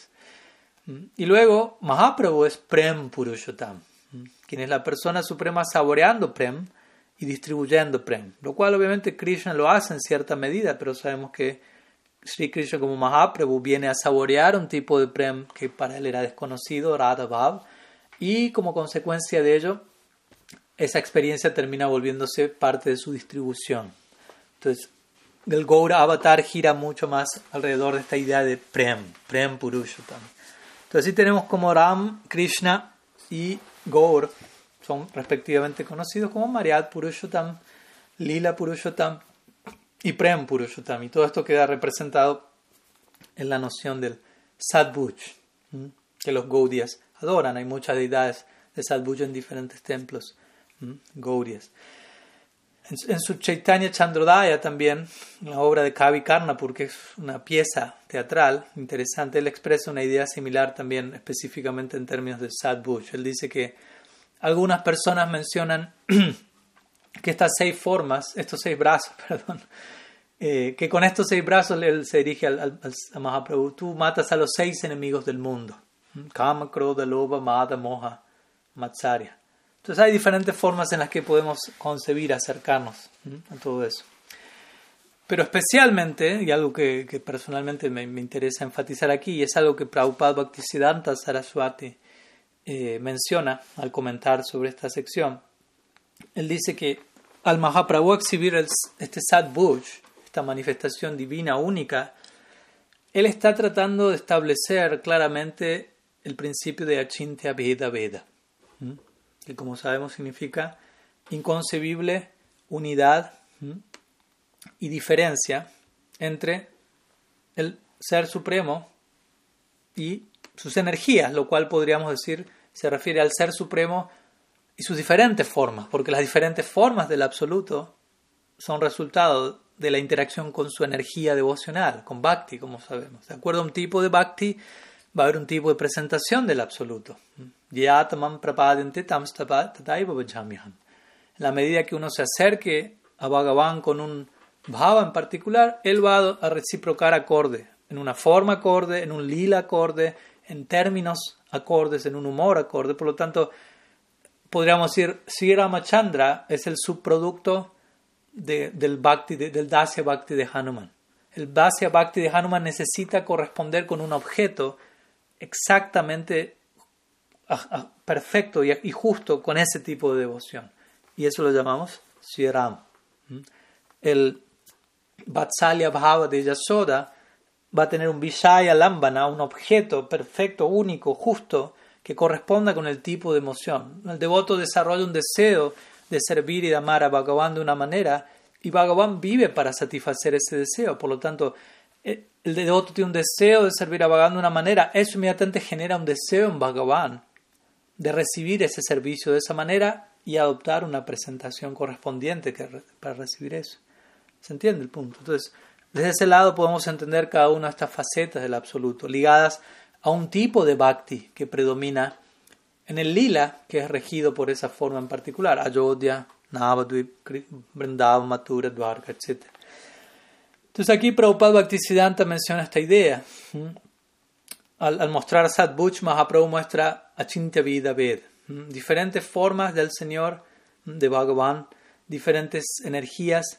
Speaker 1: Y luego, Mahaprabhu es Prem Purushottam, quien es la persona suprema saboreando Prem y distribuyendo Prem, lo cual obviamente Krishna lo hace en cierta medida, pero sabemos que Sri Krishna como Mahaprabhu viene a saborear un tipo de Prem que para él era desconocido, Radha Bhav, y como consecuencia de ello, esa experiencia termina volviéndose parte de su distribución. Entonces, el Gaura Avatar gira mucho más alrededor de esta idea de Prem, Prem Purushottam. Entonces, así tenemos como Ram, Krishna y Gaur son respectivamente conocidos como Maryad Purushottam, Lila Purushottam y Prem Purushottam. Y todo esto queda representado en la noción del Sadbuj, que los Gaudiyas adoran. Hay muchas deidades de Sadbuj en diferentes templos Gaudiyas. En, en su Chaitanya Chandrodaya también, la obra de Kavi Karnapur, que es una pieza teatral interesante, él expresa una idea similar también específicamente en términos de Sadbuj. Él dice que algunas personas mencionan que estas seis formas, estos seis brazos, perdón, eh, que con estos seis brazos él se dirige al, al, a Mahaprabhu, tú matas a los seis enemigos del mundo. Kama, Krodha, Lobha, Mada, Moha, Matsarya. Entonces hay diferentes formas en las que podemos concebir, acercarnos a todo eso. Pero especialmente, y algo que, que personalmente me, me interesa enfatizar aquí, y es algo que Prabhupada Bhaktisiddhanta Saraswati eh, menciona al comentar sobre esta sección. Él dice que al Mahaprabhu exhibir el, este Sadbuj, esta manifestación divina única, él está tratando de establecer claramente el principio de Achintya Veda Veda, ¿Mm? que como sabemos significa inconcebible unidad ¿Mm? y diferencia entre el Ser Supremo y sus energías, lo cual podríamos decir se refiere al Ser Supremo y sus diferentes formas, porque las diferentes formas del Absoluto son resultado de la interacción con su energía devocional, con Bhakti, como sabemos. De acuerdo a un tipo de Bhakti, va a haber un tipo de presentación del absoluto. Yatamam prapadente tam tataiva vajamyaham. En la medida que uno se acerque a Bhagavan con un bhava en particular, él va a reciprocar acorde, en una forma acorde, en un lila acorde, en términos acordes, en un humor acorde. Por lo tanto, podríamos decir, Sri Ramachandra es el subproducto de, del Bhakti, de, del Dasya Bhakti de Hanuman. El Dasya Bhakti de Hanuman necesita corresponder con un objeto exactamente perfecto y justo con ese tipo de devoción. Y eso lo llamamos Sri Ram. El Vatsalya Bhava de Yasoda va a tener un Vishaya Lambana, un objeto perfecto, único, justo, que corresponda con el tipo de emoción. El devoto desarrolla un deseo de servir y de amar a Bhagavan de una manera, y Bhagavan vive para satisfacer ese deseo. Por lo tanto, el devoto tiene un deseo de servir a Bhagavan de una manera, eso inmediatamente genera un deseo en Bhagavan de recibir ese servicio de esa manera y adoptar una presentación correspondiente que, para recibir eso. ¿Se entiende el punto? Entonces, desde ese lado podemos entender cada una de estas facetas del absoluto, ligadas a un tipo de bhakti que predomina en el lila, que es regido por esa forma en particular, Ayodhya, Navadvip, Vrindavan, Mathura, Dwarka, etcétera. Entonces aquí Prabhupada Bhaktisiddhanta menciona esta idea. Al, al mostrar Sadbuch, Mahaprabhu muestra Achintya Vida Ved, diferentes formas del Señor, de Bhagavan, diferentes energías,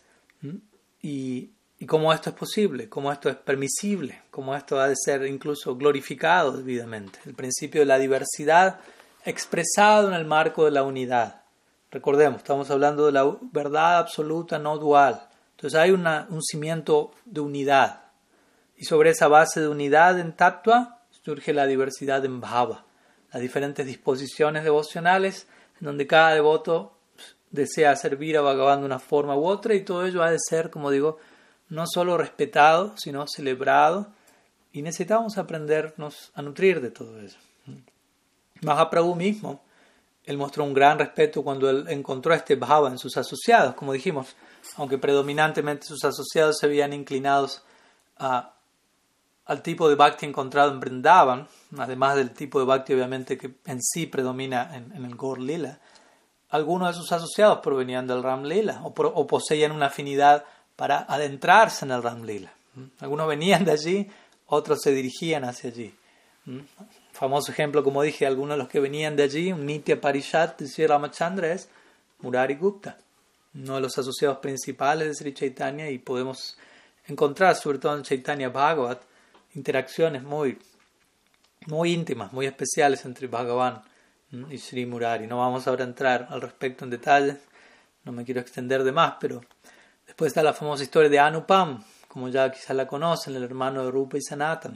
Speaker 1: y, y cómo esto es posible, cómo esto es permisible, cómo esto ha de ser incluso glorificado debidamente. El principio de la diversidad expresado en el marco de la unidad. Recordemos, estamos hablando de la verdad absoluta no dual. Entonces hay una, un cimiento de unidad. Y sobre esa base de unidad en tattva surge la diversidad en bhava, las diferentes disposiciones devocionales en donde cada devoto desea servir a Bhagavan de una forma u otra, y todo ello ha de ser, como digo, no solo respetado, sino celebrado, y necesitamos aprendernos a nutrir de todo eso. Mahaprabhu mismo, él mostró un gran respeto cuando él encontró este bhava en sus asociados. Como dijimos, aunque predominantemente sus asociados se habían inclinados a, al tipo de bhakti encontrado en Vrindavan, además del tipo de bhakti obviamente que en sí predomina en, en el Gaur Lila, algunos de sus asociados provenían del Ram Lila o, pro, o poseían una afinidad para adentrarse en el Ram Lila. Algunos venían de allí, otros se dirigían hacia allí. Famoso ejemplo, como dije, algunos de los que venían de allí, un Nitya Parishat de Sri Ramachandra es Murari Gupta, uno de los asociados principales de Sri Chaitanya, y podemos encontrar, sobre todo en Chaitanya Bhagavat, interacciones muy, muy íntimas, muy especiales entre Bhagavan y Sri Murari. No vamos ahora a entrar al respecto en detalle, no me quiero extender de más, pero después está la famosa historia de Anupam, como ya quizás la conocen, el hermano de Rupa y Sanatan,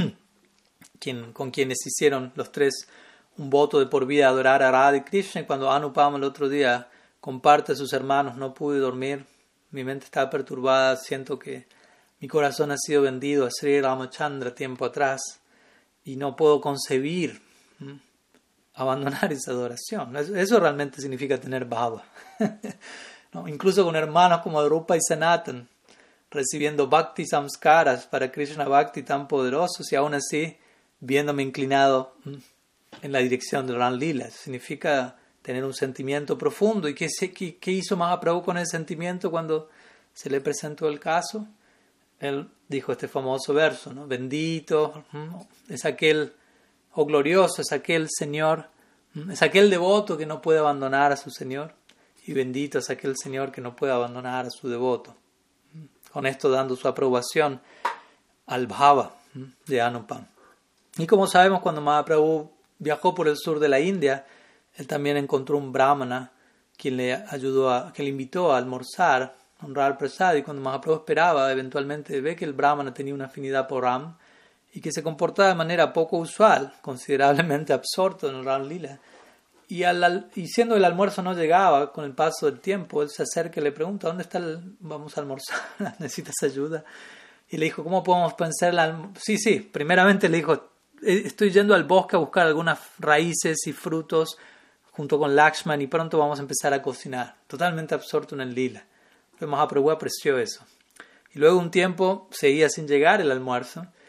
Speaker 1: quien, con quienes hicieron los tres un voto de por vida adorar a Radha y Krishna. Y cuando Anupam el otro día comparte a sus hermanos, no pude dormir, mi mente estaba perturbada, siento que mi corazón ha sido vendido a Sri Ramachandra tiempo atrás y no puedo concebir ¿m? abandonar esa adoración. Eso, eso realmente significa tener bhava. ¿No? Incluso con hermanos como Rupa y Sanatan, recibiendo bhakti samskaras para Krishna bhakti tan poderosos, y aún así viéndome inclinado en la dirección del Ram Lila. Eso significa tener un sentimiento profundo. ¿Y qué, qué, qué hizo Mahaprabhu con el sentimiento cuando se le presentó el caso? Él dijo este famoso verso, ¿no? Bendito es aquel, o glorioso es aquel Señor, es aquel devoto que no puede abandonar a su Señor, y bendito es aquel Señor que no puede abandonar a su devoto. Con esto dando su aprobación al bhava de Anupam. Y como sabemos, cuando Mahaprabhu viajó por el sur de la India, él también encontró un brahmana quien le ayudó a, que le invitó a almorzar, a honrar prasad, y cuando Mahaprabhu esperaba, eventualmente ve que el brahmana tenía una afinidad por Ram y que se comportaba de manera poco usual, considerablemente absorto en el Ram Lila. Y, al, y siendo el almuerzo no llegaba, con el paso del tiempo, él se acerca y le pregunta, ¿dónde está el, vamos a almorzar? ¿Necesitas ayuda? Y le dijo, ¿cómo podemos pensar la... Sí, sí, primeramente le dijo, estoy yendo al bosque a buscar algunas raíces y frutos junto con Lakshman y pronto vamos a empezar a cocinar. Totalmente absorto en el lila. Pero Mahaprabhu apreció eso. Y luego un tiempo seguía sin llegar el almuerzo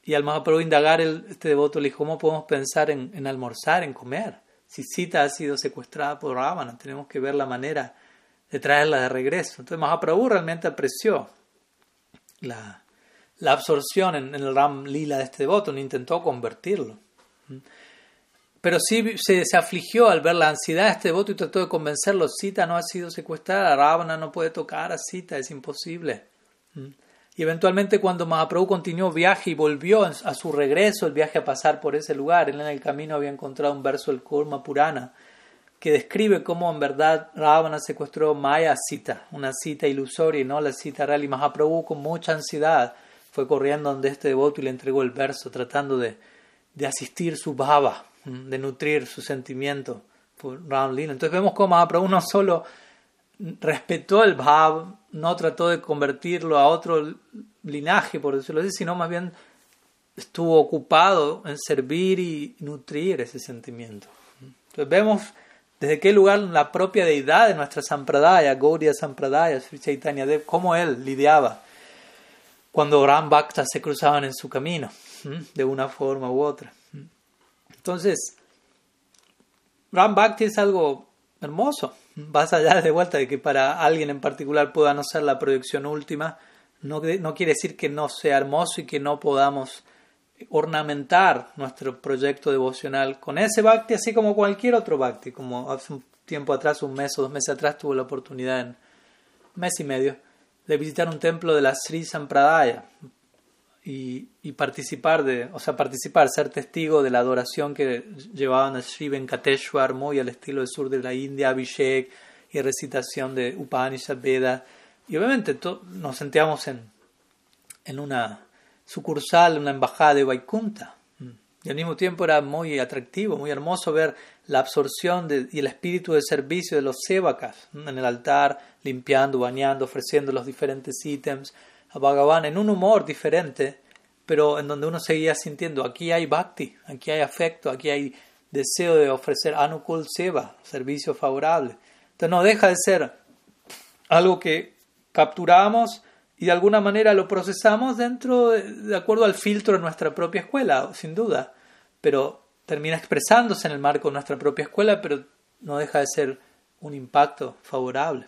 Speaker 1: Y al Mahaprabhu indagar, el, este devoto le dijo, ¿cómo podemos pensar en, en almorzar, en comer? Si Sita ha sido secuestrada por Ravana, tenemos que ver la manera de traerla de regreso. Entonces Mahaprabhu realmente apreció la, la absorción en, en el Ram Lila de este devoto, no intentó convertirlo. Pero sí se, se afligió al ver la ansiedad de este devoto y trató de convencerlo. Sita no ha sido secuestrada, Ravana no puede tocar a Sita, es imposible. Y eventualmente cuando Mahaprabhu continuó viaje y volvió a su regreso, el viaje a pasar por ese lugar, él en el camino había encontrado un verso del Kurma Purana que describe cómo en verdad Ravana secuestró Maya Sita, una Sita ilusoria y no la Sita real. Y Mahaprabhu con mucha ansiedad fue corriendo donde este devoto y le entregó el verso, tratando de, de asistir su bhava, de nutrir su sentimiento por Ram Lila. Entonces vemos cómo Mahaprabhu no solo respetó el bhav, no trató de convertirlo a otro linaje, por decirlo así, sino más bien estuvo ocupado en servir y nutrir ese sentimiento. Entonces vemos desde qué lugar la propia deidad de nuestra Sampradaya, Gaudiya Sampradaya, Sri Chaitanya Dev, cómo él lidiaba cuando Ram Bhaktas se cruzaban en su camino, de una forma u otra. Entonces, Ram Bhakti es algo hermoso. Vas allá de vuelta de que para alguien en particular pueda no ser la proyección última, no, no quiere decir que no sea hermoso y que no podamos ornamentar nuestro proyecto devocional con ese Bhakti, así como cualquier otro Bhakti. Como hace un tiempo atrás, un mes o dos meses atrás, tuve la oportunidad, en un mes y medio, de visitar un templo de la Sri Sampradaya y, y participar de, o sea, participar, ser testigo de la adoración que llevaban a Sri Venkateshwar, muy al estilo del sur de la India, Abhishek y recitación de Upanishad, Veda. Y obviamente to, nos sentíamos en, en una sucursal, una embajada de Vaikunta. Y al mismo tiempo era muy atractivo, muy hermoso ver la absorción de, y el espíritu de servicio de los sevakas en el altar, limpiando, bañando, ofreciendo los diferentes ítems a Bhagavan en un humor diferente, pero en donde uno seguía sintiendo, aquí hay bhakti, aquí hay afecto, aquí hay deseo de ofrecer anukul seva, servicio favorable. Entonces no deja de ser algo que capturamos y de alguna manera lo procesamos dentro de, de acuerdo al filtro de nuestra propia escuela, sin duda, pero termina expresándose en el marco de nuestra propia escuela, pero no deja de ser un impacto favorable.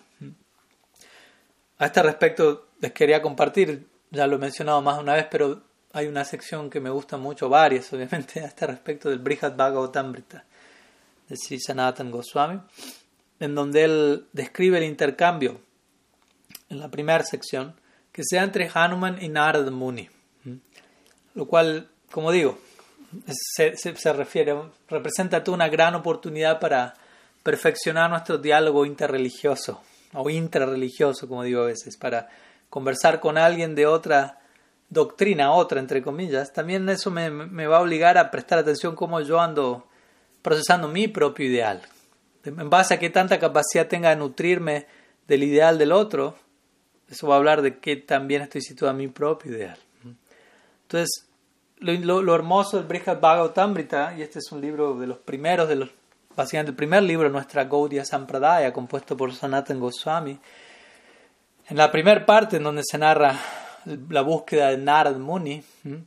Speaker 1: A este respecto les quería compartir, ya lo he mencionado más de una vez, pero hay una sección que me gusta mucho, varias obviamente, a este respecto del Brihad Bhagavatamrita de Sri Sanatana Goswami, en donde él describe el intercambio en la primera sección que sea entre Hanuman y Narada Muni, lo cual, como digo, se, se, se refiere, representa toda una gran oportunidad para perfeccionar nuestro diálogo interreligioso o intrarreligioso, como digo a veces, para conversar con alguien de otra doctrina, otra entre comillas. También eso me, me va a obligar a prestar atención cómo yo ando procesando mi propio ideal, en base a qué tanta capacidad tenga de nutrirme del ideal del otro. Eso va a hablar de qué también estoy situado a mi propio ideal. Entonces, lo, lo, lo hermoso del Brihad Bhagavatamrita, y este es un libro de los primeros, de los, básicamente el primer libro de nuestra Gaudiya Sampradaya, compuesto por Sanatana Goswami, en la primera parte en donde se narra la búsqueda de Narad Muni,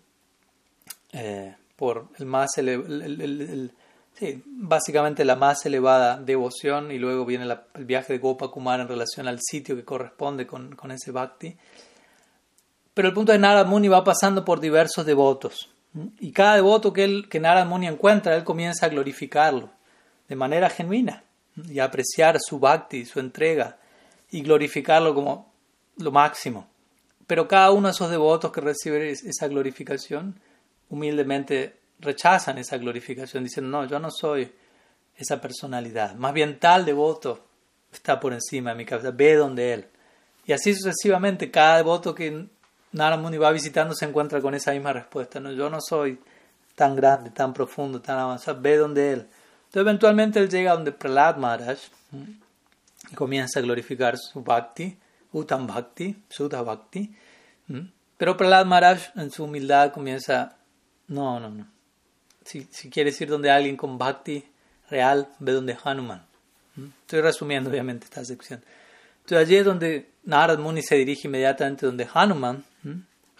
Speaker 1: eh, por el más ele- el, el, el, el, sí, básicamente la más elevada devoción, y luego viene la, el viaje de Gopakumar en relación al sitio que corresponde con, con ese bhakti. Pero el punto de Narad Muni va pasando por diversos devotos, y cada devoto que, él, que Narad Muni encuentra, él comienza a glorificarlo de manera genuina y a apreciar su bhakti, su entrega, y glorificarlo como lo máximo. Pero cada uno de esos devotos que recibe esa glorificación humildemente rechazan esa glorificación, diciendo, no, yo no soy esa personalidad, más bien tal devoto está por encima de mi cabeza, ve donde él. Y así sucesivamente, cada devoto que Narad Muni va visitando se encuentra con esa misma respuesta, no, yo no soy tan grande, tan profundo, tan avanzado, ve donde él. Entonces eventualmente él llega donde Prahlad Maharaj y comienza a glorificar su bhakti, Uttam Bhakti, Sudha Bhakti. Pero Prahlad Maharaj en su humildad comienza, no, no, no. Si, si quieres ir donde alguien con Bhakti real, ve donde Hanuman. Estoy resumiendo obviamente esta sección. Entonces allí es donde Narad Muni se dirige inmediatamente donde Hanuman.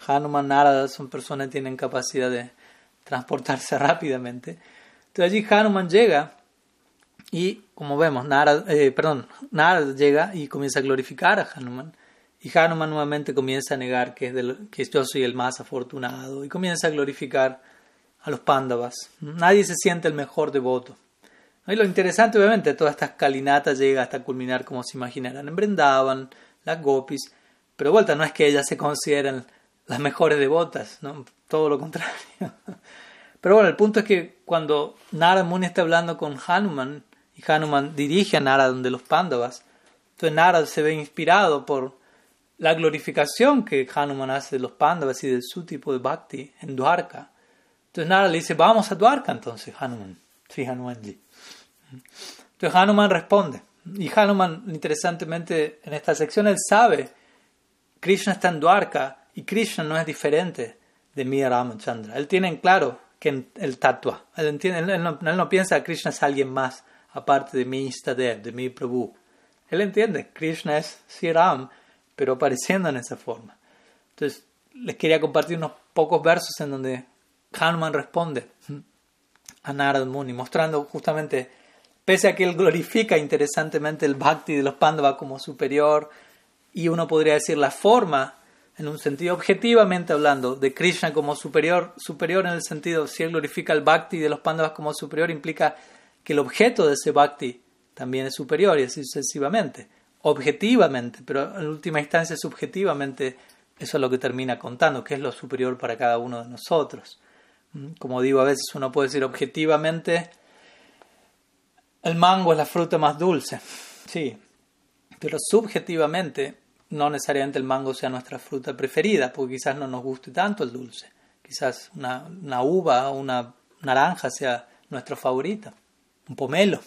Speaker 1: Hanuman, Narada son personas que tienen capacidad de transportarse rápidamente. Entonces allí Hanuman llega y, como vemos, Narada, eh, perdón, Narada llega y comienza a glorificar a Hanuman. Y Hanuman nuevamente comienza a negar que, es del, que yo soy el más afortunado y comienza a glorificar a los Pándavas. Nadie se siente el mejor devoto. Y lo interesante, obviamente, toda esta escalinata llega hasta culminar, como se imaginarán, en Vrindavan, las gopis, pero de vuelta no es que ellas se consideren las mejores devotas, ¿no? Todo lo contrario. Pero bueno, el punto es que cuando Narada Muni está hablando con Hanuman, y Hanuman dirige a Narada donde los Pándavas, entonces Narada se ve inspirado por la glorificación que Hanuman hace de los Pándavas y de su tipo de bhakti en Dwarka. Entonces Narada le dice, vamos a Dwarka entonces, Hanuman. Sí, Hanumanji. Entonces Hanuman responde. Y Hanuman, interesantemente, en esta sección, él sabe, Krishna está en Dwarka y Krishna no es diferente de mi Ramachandra. Él tiene en claro que el tatua. Él, entiende, él, no, él no piensa que Krishna es alguien más aparte de mi Istadev, de mi Prabhu. Él entiende, Krishna es Sri Ram, pero apareciendo en esa forma. Entonces, les quería compartir unos pocos versos en donde Hanuman responde a Narada Muni, mostrando justamente, pese a que él glorifica interesantemente el bhakti de los Pándavas como superior, y uno podría decir la forma, en un sentido objetivamente hablando, de Krishna como superior, superior en el sentido, si él glorifica el bhakti de los Pándavas como superior, implica que el objeto de ese bhakti también es superior, y así sucesivamente. Objetivamente, pero en última instancia subjetivamente, eso es lo que termina contando, que es lo superior para cada uno de nosotros. Como digo, a veces uno puede decir objetivamente, el mango es la fruta más dulce, sí, pero subjetivamente no necesariamente el mango sea nuestra fruta preferida, porque quizás no nos guste tanto el dulce, quizás una, una uva o una naranja sea nuestra favorita, un pomelo.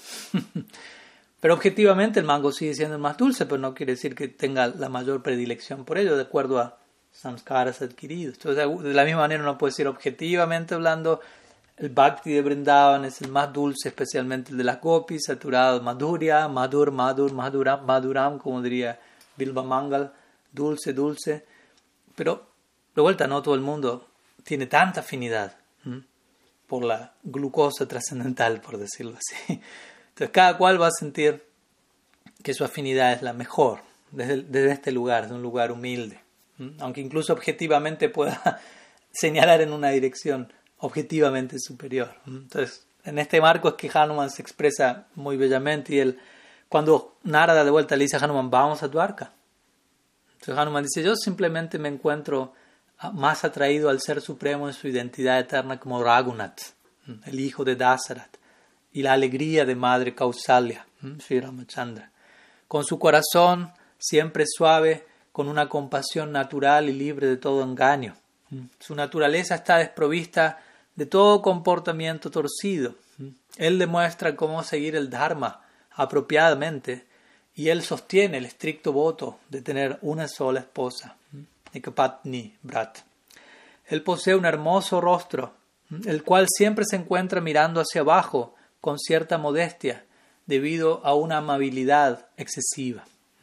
Speaker 1: Pero objetivamente el mango sigue siendo el más dulce, pero no quiere decir que tenga la mayor predilección por ello, de acuerdo a samskaras adquiridos. Entonces, de la misma manera uno puede decir objetivamente hablando, el bhakti de Vrindavan es el más dulce, especialmente el de las gopis, saturado madhurya, madhur, madhur, maduram, maduram, como diría Bilba Mangal, dulce, dulce. Pero, de vuelta, no todo el mundo tiene tanta afinidad ¿m? por la glucosa trascendental, por decirlo así. Entonces cada cual va a sentir que su afinidad es la mejor desde, desde este lugar, desde un lugar humilde. ¿Mm? Aunque incluso objetivamente pueda señalar en una dirección objetivamente superior. ¿Mm? Entonces en este marco es que Hanuman se expresa muy bellamente y él, cuando Narada de vuelta le dice a Hanuman, vamos a Dwarka. Entonces Hanuman dice, yo simplemente me encuentro más atraído al Ser Supremo en su identidad eterna como Raghunath, el hijo de Dasarath, y la alegría de madre Kausalya, Sri Ramachandra, con su corazón siempre suave, con una compasión natural y libre de todo engaño. Su naturaleza está desprovista de todo comportamiento torcido. Él demuestra cómo seguir el Dharma apropiadamente y él sostiene el estricto voto de tener una sola esposa, Ekapatni Brat. Él posee un hermoso rostro, el cual siempre se encuentra mirando hacia abajo con cierta modestia, debido a una amabilidad excesiva.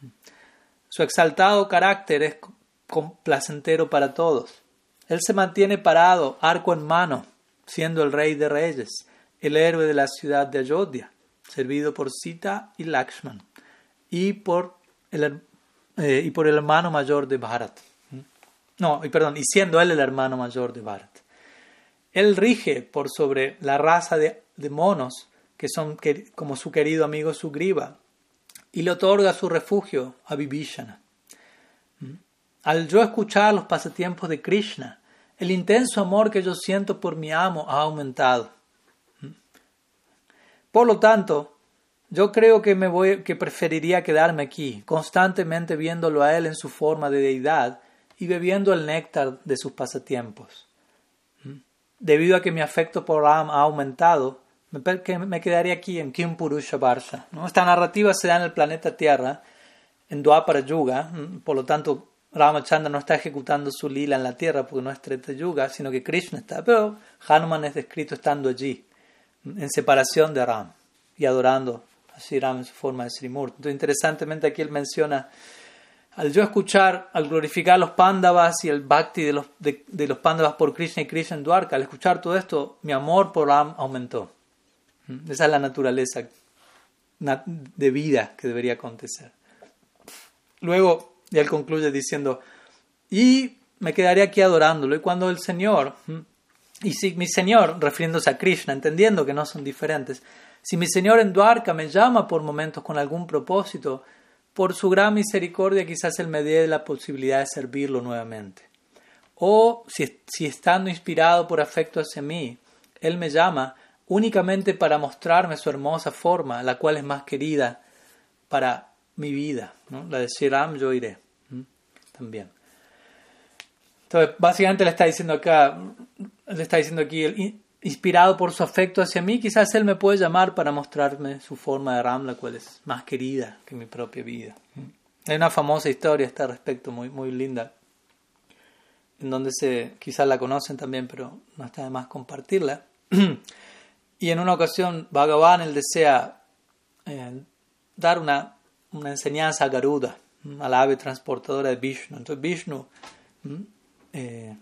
Speaker 1: Su exaltado carácter es placentero para todos. Él se mantiene parado, arco en mano, siendo el rey de reyes, el héroe de la ciudad de Ayodhya, servido por Sita y Lakshman, y por el, eh, y por el hermano mayor de Bharat. No, y perdón, y siendo él el hermano mayor de Bharat. Él rige por sobre la raza de, de monos, que son que, como su querido amigo Sugriva, y le otorga su refugio a Vibhishana. Al yo escuchar los pasatiempos de Krishna, el intenso amor que yo siento por mi amo ha aumentado. Por lo tanto, yo creo que, me voy, que preferiría quedarme aquí, constantemente viéndolo a él en su forma de deidad y bebiendo el néctar de sus pasatiempos. Debido a que mi afecto por Ram ha aumentado, me quedaría aquí en Kim Purusha Varsha. ¿No? Esta narrativa se da en el planeta Tierra, en Dwapara Yuga, por lo tanto Ramachandra no está ejecutando su lila en la Tierra porque no es Treta Yuga, sino que Krishna está, pero Hanuman es descrito estando allí, en separación de Ram y adorando a Sri Ram en su forma de Srimurti. Entonces, interesantemente aquí él menciona al yo escuchar, al glorificar los Pándavas y el Bhakti de los, de, de los Pándavas por Krishna y Krishna en Dwarka, al escuchar todo esto, mi amor por Ram aumentó. Esa es la naturaleza de vida que debería acontecer. Luego, y él concluye diciendo, y me quedaré aquí adorándolo. Y cuando el Señor, y si mi Señor, refiriéndose a Krishna, entendiendo que no son diferentes, si mi Señor en Dwarka me llama por momentos con algún propósito, por su gran misericordia quizás Él me dé la posibilidad de servirlo nuevamente. O si, si estando inspirado por afecto hacia mí, Él me llama únicamente para mostrarme su hermosa forma, la cual es más querida para mi vida, ¿no? La de Sri Ram yo iré. ¿Mm? También. Entonces, básicamente le está diciendo acá, le está diciendo aquí, el, inspirado por su afecto hacia mí, quizás Él me puede llamar para mostrarme su forma de Ram, la cual es más querida que mi propia vida. ¿Mm? Hay una famosa historia a este respecto, muy, muy linda, en donde se, quizás la conocen también, pero no está de más compartirla. Y en una ocasión, Bhagavan, él desea eh, dar una, una enseñanza a Garuda, a la ave transportadora de Vishnu. Entonces Vishnu, eh,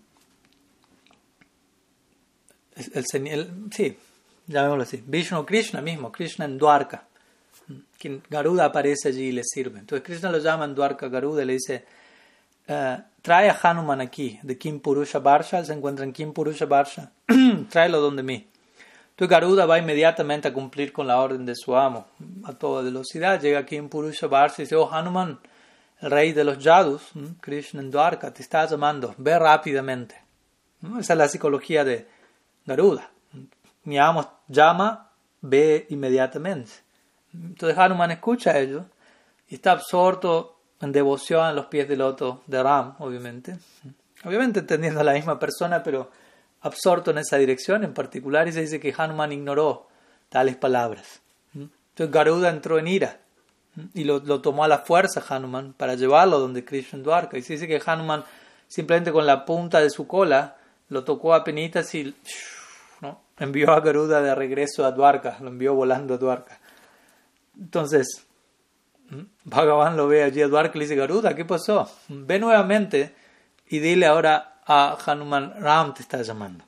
Speaker 1: el, el, el, sí, llamémoslo así, Vishnu Krishna mismo, Krishna en Dwarka, quien Garuda aparece allí y le sirve. Entonces Krishna lo llama en Dwarka Garuda y le dice, uh, trae a Hanuman aquí, de Kim Purusha Varsha, se encuentra en Kim Purusha Varsha, tráelo donde mí. Entonces Garuda va inmediatamente a cumplir con la orden de su amo, a toda velocidad. Llega aquí en Purusha Varsha y dice, oh Hanuman, el rey de los Yadus, Krishna en Dwarka, te está llamando, ve rápidamente. Esa es la psicología de Garuda. Mi amo llama, ve inmediatamente. Entonces Hanuman escucha ello y está absorto en devoción a los pies del loto de Ram, obviamente. Obviamente entendiendo a la misma persona, pero absorto en esa dirección en particular, y se dice que Hanuman ignoró tales palabras. Entonces Garuda entró en ira y lo, lo tomó a la fuerza Hanuman para llevarlo donde Krishna en Dwarka. Y se dice que Hanuman simplemente con la punta de su cola lo tocó a penitas y ¿no? envió a Garuda de regreso a Dwarka, lo envió volando a Dwarka. Entonces Bhagavan lo ve allí a Dwarka y le dice, Garuda, ¿qué pasó? Ve nuevamente y dile ahora a Hanuman, Ram te está llamando.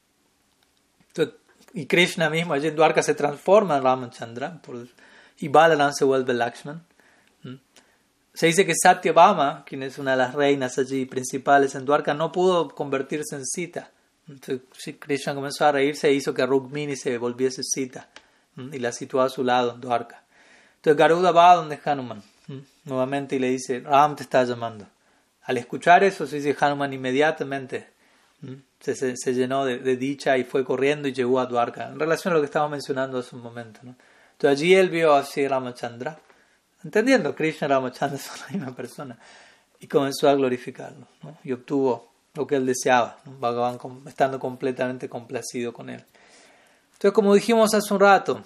Speaker 1: Entonces, y Krishna mismo allí en Dwarka se transforma en Ramachandra por, y Balaram se vuelve Lakshman. ¿Mm? Se dice que Satyabhama, quien es una de las reinas allí principales en Dwarka, no pudo convertirse en Sita. Entonces Krishna comenzó a reírse e hizo que Rukmini se volviese Sita. ¿Mm? Y la situó a su lado en Dwarka. Entonces Garuda va donde Hanuman ¿Mm? nuevamente y le dice, Ram te está llamando. Al escuchar eso, se dice Hanuman inmediatamente se, se, se llenó de, de dicha y fue corriendo y llegó a Dwarka, en relación a lo que estábamos mencionando hace un momento, ¿no? Entonces allí él vio a Sri Ramachandra, entendiendo Krishna y Ramachandra son la misma persona, y comenzó a glorificarlo, ¿no? Y obtuvo lo que él deseaba, ¿no? Bhagavan estando completamente complacido con él. Entonces, como dijimos hace un rato,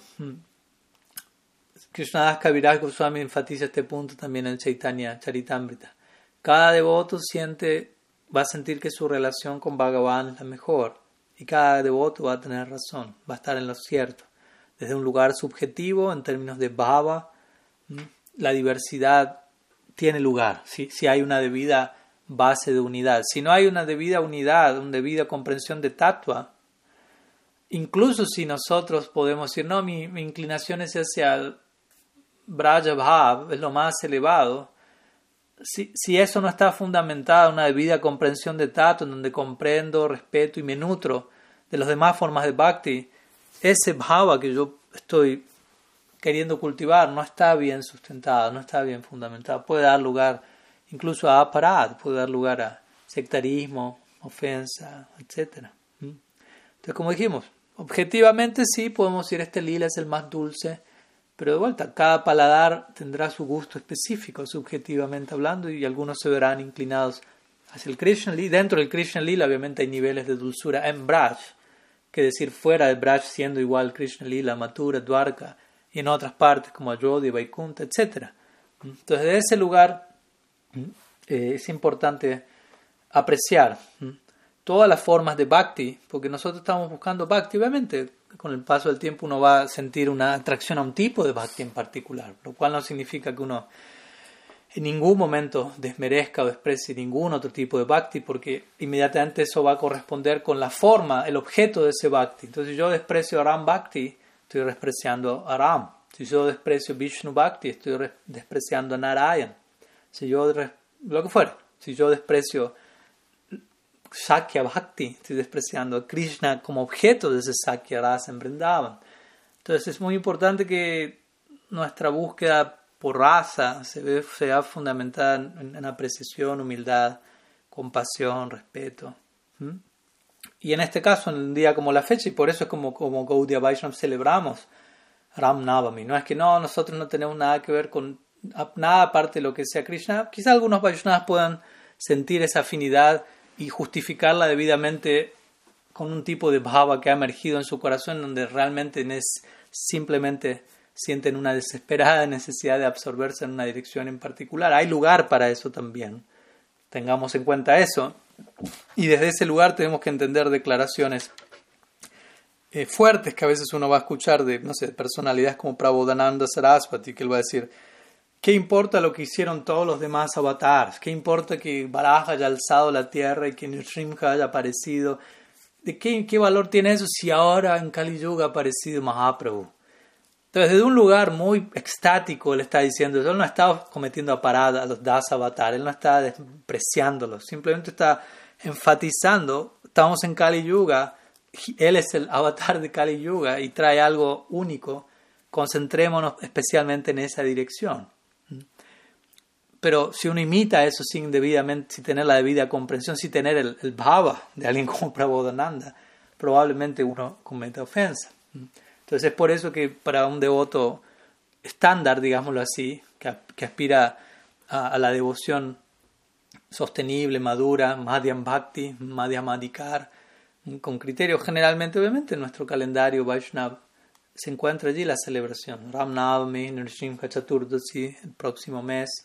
Speaker 1: Krishnadas Kaviraj Goswami enfatiza este punto también en Chaitanya Charitamrita. Cada devoto siente, va a sentir que su relación con Bhagavan es la mejor, y cada devoto va a tener razón, va a estar en lo cierto. Desde un lugar subjetivo, en términos de bhava, la diversidad tiene lugar, si, si hay una debida base de unidad. Si no hay una debida unidad, una debida comprensión de tattva, incluso si nosotros podemos decir, no, mi, mi inclinación es hacia el Braja Bhav, es lo más elevado. Si, si eso no está fundamentado en una debida comprensión de tattva, en donde comprendo, respeto y me nutro de las demás formas de bhakti, ese bhava que yo estoy queriendo cultivar no está bien sustentado, no está bien fundamentado. Puede dar lugar incluso a aparad, puede dar lugar a sectarismo, ofensa, etcétera. Entonces, como dijimos, objetivamente sí podemos decir este lila es el más dulce, pero de vuelta, cada paladar tendrá su gusto específico, subjetivamente hablando, y algunos se verán inclinados hacia el Krishna Lila. Dentro del Krishna Lila, obviamente, hay niveles de dulzura en Braj, que decir fuera de Braj, siendo igual Krishna Lila, Mathura, Dwarka, y en otras partes como Ayodhya, Vaikunta, etcétera. Entonces, de ese lugar eh, es importante apreciar todas las formas de bhakti, porque nosotros estamos buscando bhakti, obviamente. Con el paso del tiempo uno va a sentir una atracción a un tipo de bhakti en particular, lo cual no significa que uno en ningún momento desmerezca o desprecie ningún otro tipo de bhakti, porque inmediatamente eso va a corresponder con la forma, el objeto de ese bhakti. Entonces, si yo desprecio a Ram Bhakti, estoy despreciando a Ram. Si yo desprecio Vishnu Bhakti, estoy despreciando a Narayan. Si yo, lo que fuera. Si yo desprecio Sakya Bhakti, estoy despreciando a Krishna como objeto de ese Sakya Rasa en Vrindavan. Entonces, es muy importante que nuestra búsqueda por raza se ve, sea fundamentada en, en apreciación, humildad, compasión, respeto. ¿Mm? Y en este caso, en un día como la fecha, y por eso es como, como Gaudiya Vaishnava celebramos Ram Navami. No es que no, nosotros no tenemos nada que ver con nada aparte de lo que sea Krishna. Quizá algunos Vaishnavas puedan sentir esa afinidad y justificarla debidamente con un tipo de bhava que ha emergido en su corazón, donde realmente es simplemente sienten una desesperada necesidad de absorberse en una dirección en particular. Hay lugar para eso también. Tengamos en cuenta eso. Y desde ese lugar tenemos que entender declaraciones eh, fuertes que a veces uno va a escuchar de, no sé, personalidades como Prabodhananda Saraswati, que él va a decir, ¿qué importa lo que hicieron todos los demás avatars? ¿Qué importa que Varaha haya alzado la tierra y que Nrsimha haya aparecido? ¿De qué, qué valor tiene eso si ahora en Kali Yuga ha aparecido Mahaprabhu? Entonces, desde un lugar muy extático, él está diciendo, él no está cometiendo aparada a los das avatar, él no está despreciándolos, simplemente está enfatizando, estamos en Kali Yuga, él es el avatar de Kali Yuga y trae algo único, concentrémonos especialmente en esa dirección. Pero si uno imita eso sin debidamente, sin tener la debida comprensión, sin tener el, el bhava de alguien como Prabodhananda, probablemente uno cometa ofensa. Entonces es por eso que para un devoto estándar, digámoslo así, que, que aspira a, a la devoción sostenible, madura, Madhyam Bhakti, Madhyam Adhikar, con criterios generalmente, obviamente, en nuestro calendario Vaishnava se encuentra allí la celebración. Ram Navami, Nrsimha Chaturdasi, el próximo mes,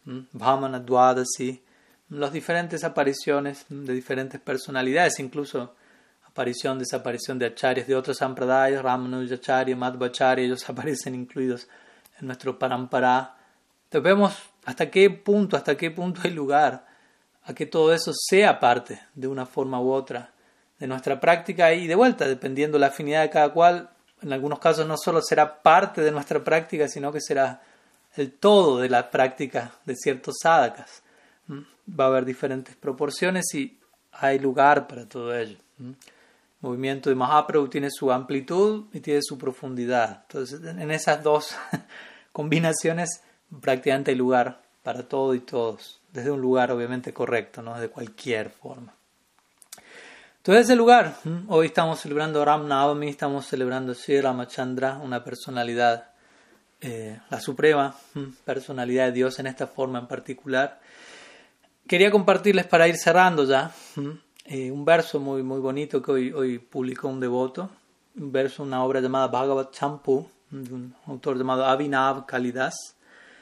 Speaker 1: Vamana Dwadasi, las diferentes apariciones de diferentes personalidades, incluso aparición, desaparición de acharyas de otros sampradayas, Ramanujacharya, Madhvacharya, ellos aparecen incluidos en nuestro parampara. Entonces vemos hasta qué punto, hasta qué punto hay lugar a que todo eso sea parte de una forma u otra de nuestra práctica y de vuelta, dependiendo de la afinidad de cada cual, en algunos casos no solo será parte de nuestra práctica, sino que será el todo de la práctica de ciertos sadhakas. Va a haber diferentes proporciones y hay lugar para todo ello. El movimiento de Mahaprabhu tiene su amplitud y tiene su profundidad. Entonces, en esas dos combinaciones prácticamente hay lugar para todo y todos, desde un lugar obviamente correcto, no de cualquier forma. Entonces, ese lugar, hoy estamos celebrando Ram Navami, estamos celebrando Sri Ramachandra, una personalidad, eh, la suprema personalidad de Dios en esta forma en particular. Quería compartirles para ir cerrando ya eh, un verso muy, muy bonito que hoy, hoy publicó un devoto, un verso, una obra llamada Bhagavad Champu, de un autor llamado Abhinav Kalidas,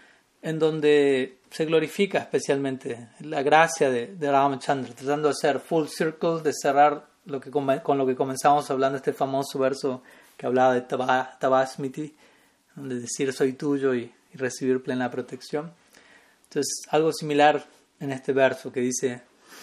Speaker 1: en donde se glorifica especialmente la gracia de, de Ramachandra, tratando de hacer full circle, de cerrar lo que, con lo que comenzamos hablando, este famoso verso que hablaba de Tabasmiti, de decir soy tuyo y, y recibir plena protección. Entonces, algo similar en este verso que dice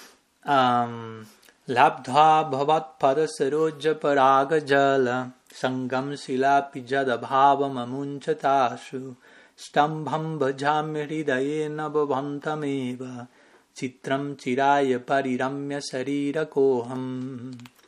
Speaker 1: um, Labdha bhavat pada saroja paraga jala sangam silapi jada bhavam amunchatashu stambham bhajami hridayena bhavantameva chitram chiraya pariramya sarira koham.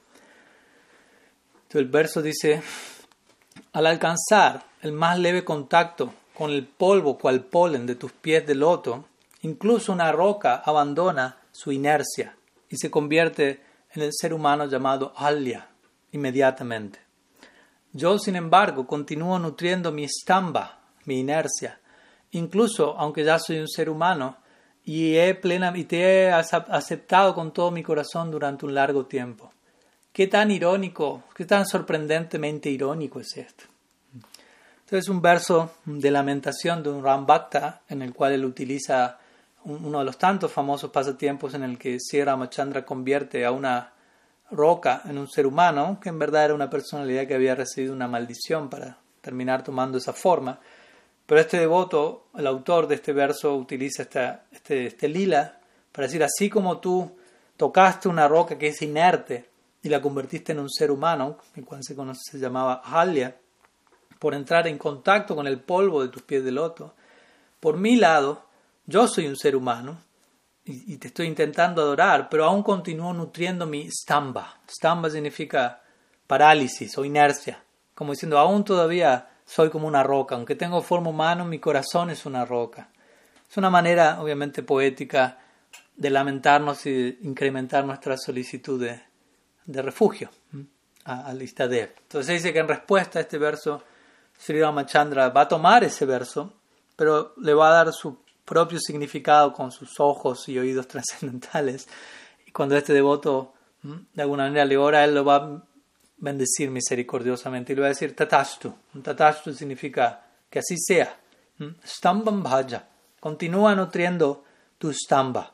Speaker 1: Entonces el verso dice, al alcanzar el más leve contacto con el polvo cual polen de tus pies de loto, incluso una roca abandona su inercia y se convierte en el ser humano llamado Alya inmediatamente. Yo, sin embargo, continúo nutriendo mi stamba, mi inercia, incluso aunque ya soy un ser humano y, he plena, y te he aceptado con todo mi corazón durante un largo tiempo. Qué tan irónico, qué tan sorprendentemente irónico es esto. Entonces es un verso de lamentación de un Ram Bhakta en el cual él utiliza uno de los tantos famosos pasatiempos en el que Sri Ramachandra convierte a una roca en un ser humano, que en verdad era una personalidad que había recibido una maldición para terminar tomando esa forma. Pero este devoto, el autor de este verso, utiliza esta, este, este lila para decir, así como tú tocaste una roca que es inerte y la convertiste en un ser humano, el cual se, conoce, se llamaba Ahalya, por entrar en contacto con el polvo de tus pies de loto, por mi lado, yo soy un ser humano y, y te estoy intentando adorar, pero aún continúo nutriendo mi stamba. Stamba significa parálisis o inercia, como diciendo, aún todavía soy como una roca, aunque tengo forma humana, mi corazón es una roca. Es una manera, obviamente, poética de lamentarnos y incrementar nuestra solicitud de, de refugio al Istadev. Entonces se dice que en respuesta a este verso, Sri Ramachandra va a tomar ese verso, pero le va a dar su propio significado con sus ojos y oídos trascendentales. Y cuando este devoto de alguna manera le ora, él lo va a bendecir misericordiosamente y le va a decir Tatashtu. Tatashtu significa que así sea. Stambam bhaja. Continúa nutriendo tu stamba.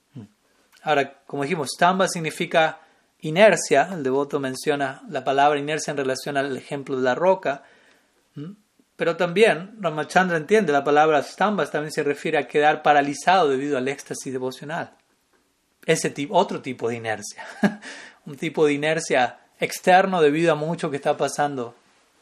Speaker 1: Ahora, como dijimos, stamba significa inercia. El devoto menciona la palabra inercia en relación al ejemplo de la roca. Pero también Ramachandra entiende la palabra stamba también se refiere a quedar paralizado debido al éxtasis devocional. Ese tipo, otro tipo de inercia. Un tipo de inercia externo debido a mucho que está pasando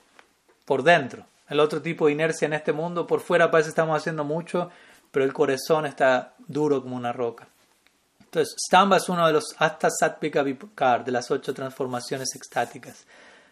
Speaker 1: por dentro. El otro tipo de inercia en este mundo, por fuera parece que estamos haciendo mucho, pero el corazón está duro como una roca. Entonces, stamba es uno de los hasta sattvika vipakar, de las ocho transformaciones extáticas.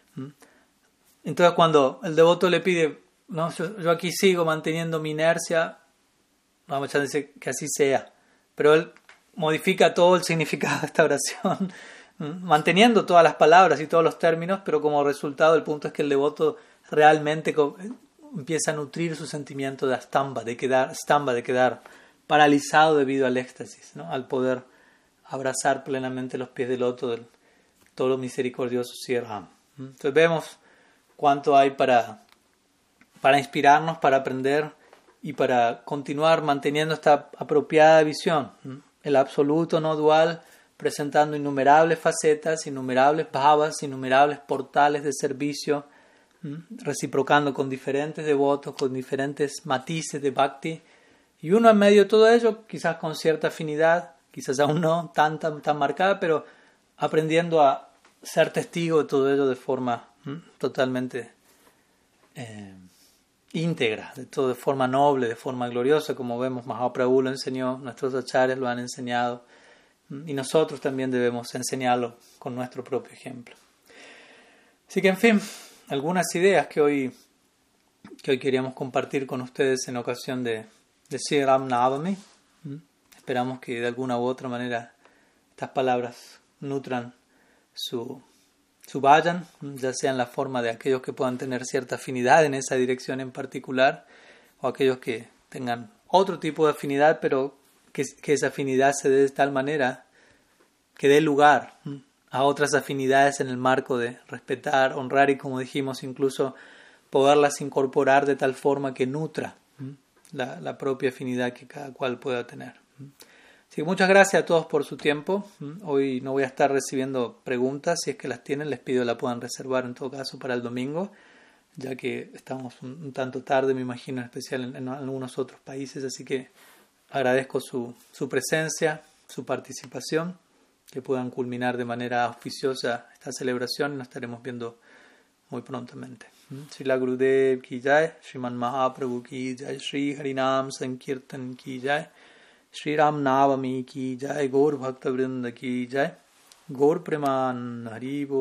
Speaker 1: Entonces, cuando el devoto le pide, no, yo, yo aquí sigo manteniendo mi inercia, Ramachandra dice que así sea, pero él modifica todo el significado de esta oración, manteniendo todas las palabras y todos los términos, pero como resultado el punto es que el devoto realmente empieza a nutrir su sentimiento de stamba, de quedar, stamba, de quedar paralizado debido al éxtasis, ¿no? Al poder abrazar plenamente los pies del loto del todo misericordioso Sri Ram. Entonces vemos cuánto hay para, para inspirarnos, para aprender y para continuar manteniendo esta apropiada visión. El absoluto no dual, presentando innumerables facetas, innumerables bhavas, innumerables portales de servicio, reciprocando con diferentes devotos, con diferentes matices de bhakti, y uno en medio de todo ello, quizás con cierta afinidad, quizás aún no tan, tan, tan marcada, pero aprendiendo a ser testigo de todo ello de forma ¿m? totalmente eh, íntegra, de todo de forma noble, de forma gloriosa, como vemos Mahaprabhu lo enseñó, nuestros acharyas lo han enseñado, y nosotros también debemos enseñarlo con nuestro propio ejemplo. Así que, en fin, algunas ideas que hoy, que hoy queríamos compartir con ustedes en ocasión de, de Sri Ram Navami. Esperamos que de alguna u otra manera estas palabras nutran su, su vayan, ya sea en la forma de aquellos que puedan tener cierta afinidad en esa dirección en particular, o aquellos que tengan otro tipo de afinidad, pero que, que esa afinidad se dé de tal manera que dé lugar a otras afinidades en el marco de respetar, honrar y, como dijimos, incluso poderlas incorporar de tal forma que nutra la, la propia afinidad que cada cual pueda tener. Así que muchas gracias a todos por su tiempo. Hoy no voy a estar recibiendo preguntas, si es que las tienen les pido la puedan reservar en todo caso para el domingo, ya que estamos un, un tanto tarde, me imagino, en especial en, en algunos otros países, así que agradezco su, su presencia, su participación, que puedan culminar de manera auspiciosa esta celebración y nos estaremos viendo muy prontamente. Srila Gurudev ki jai, Sriman Mahaprabhu ki jai, Sri Harinam Sankirtan ki jai, Sri Ram Navami ki jai, Gaur Bhakta Vrinda ki jai, Gaur Preman Haribo.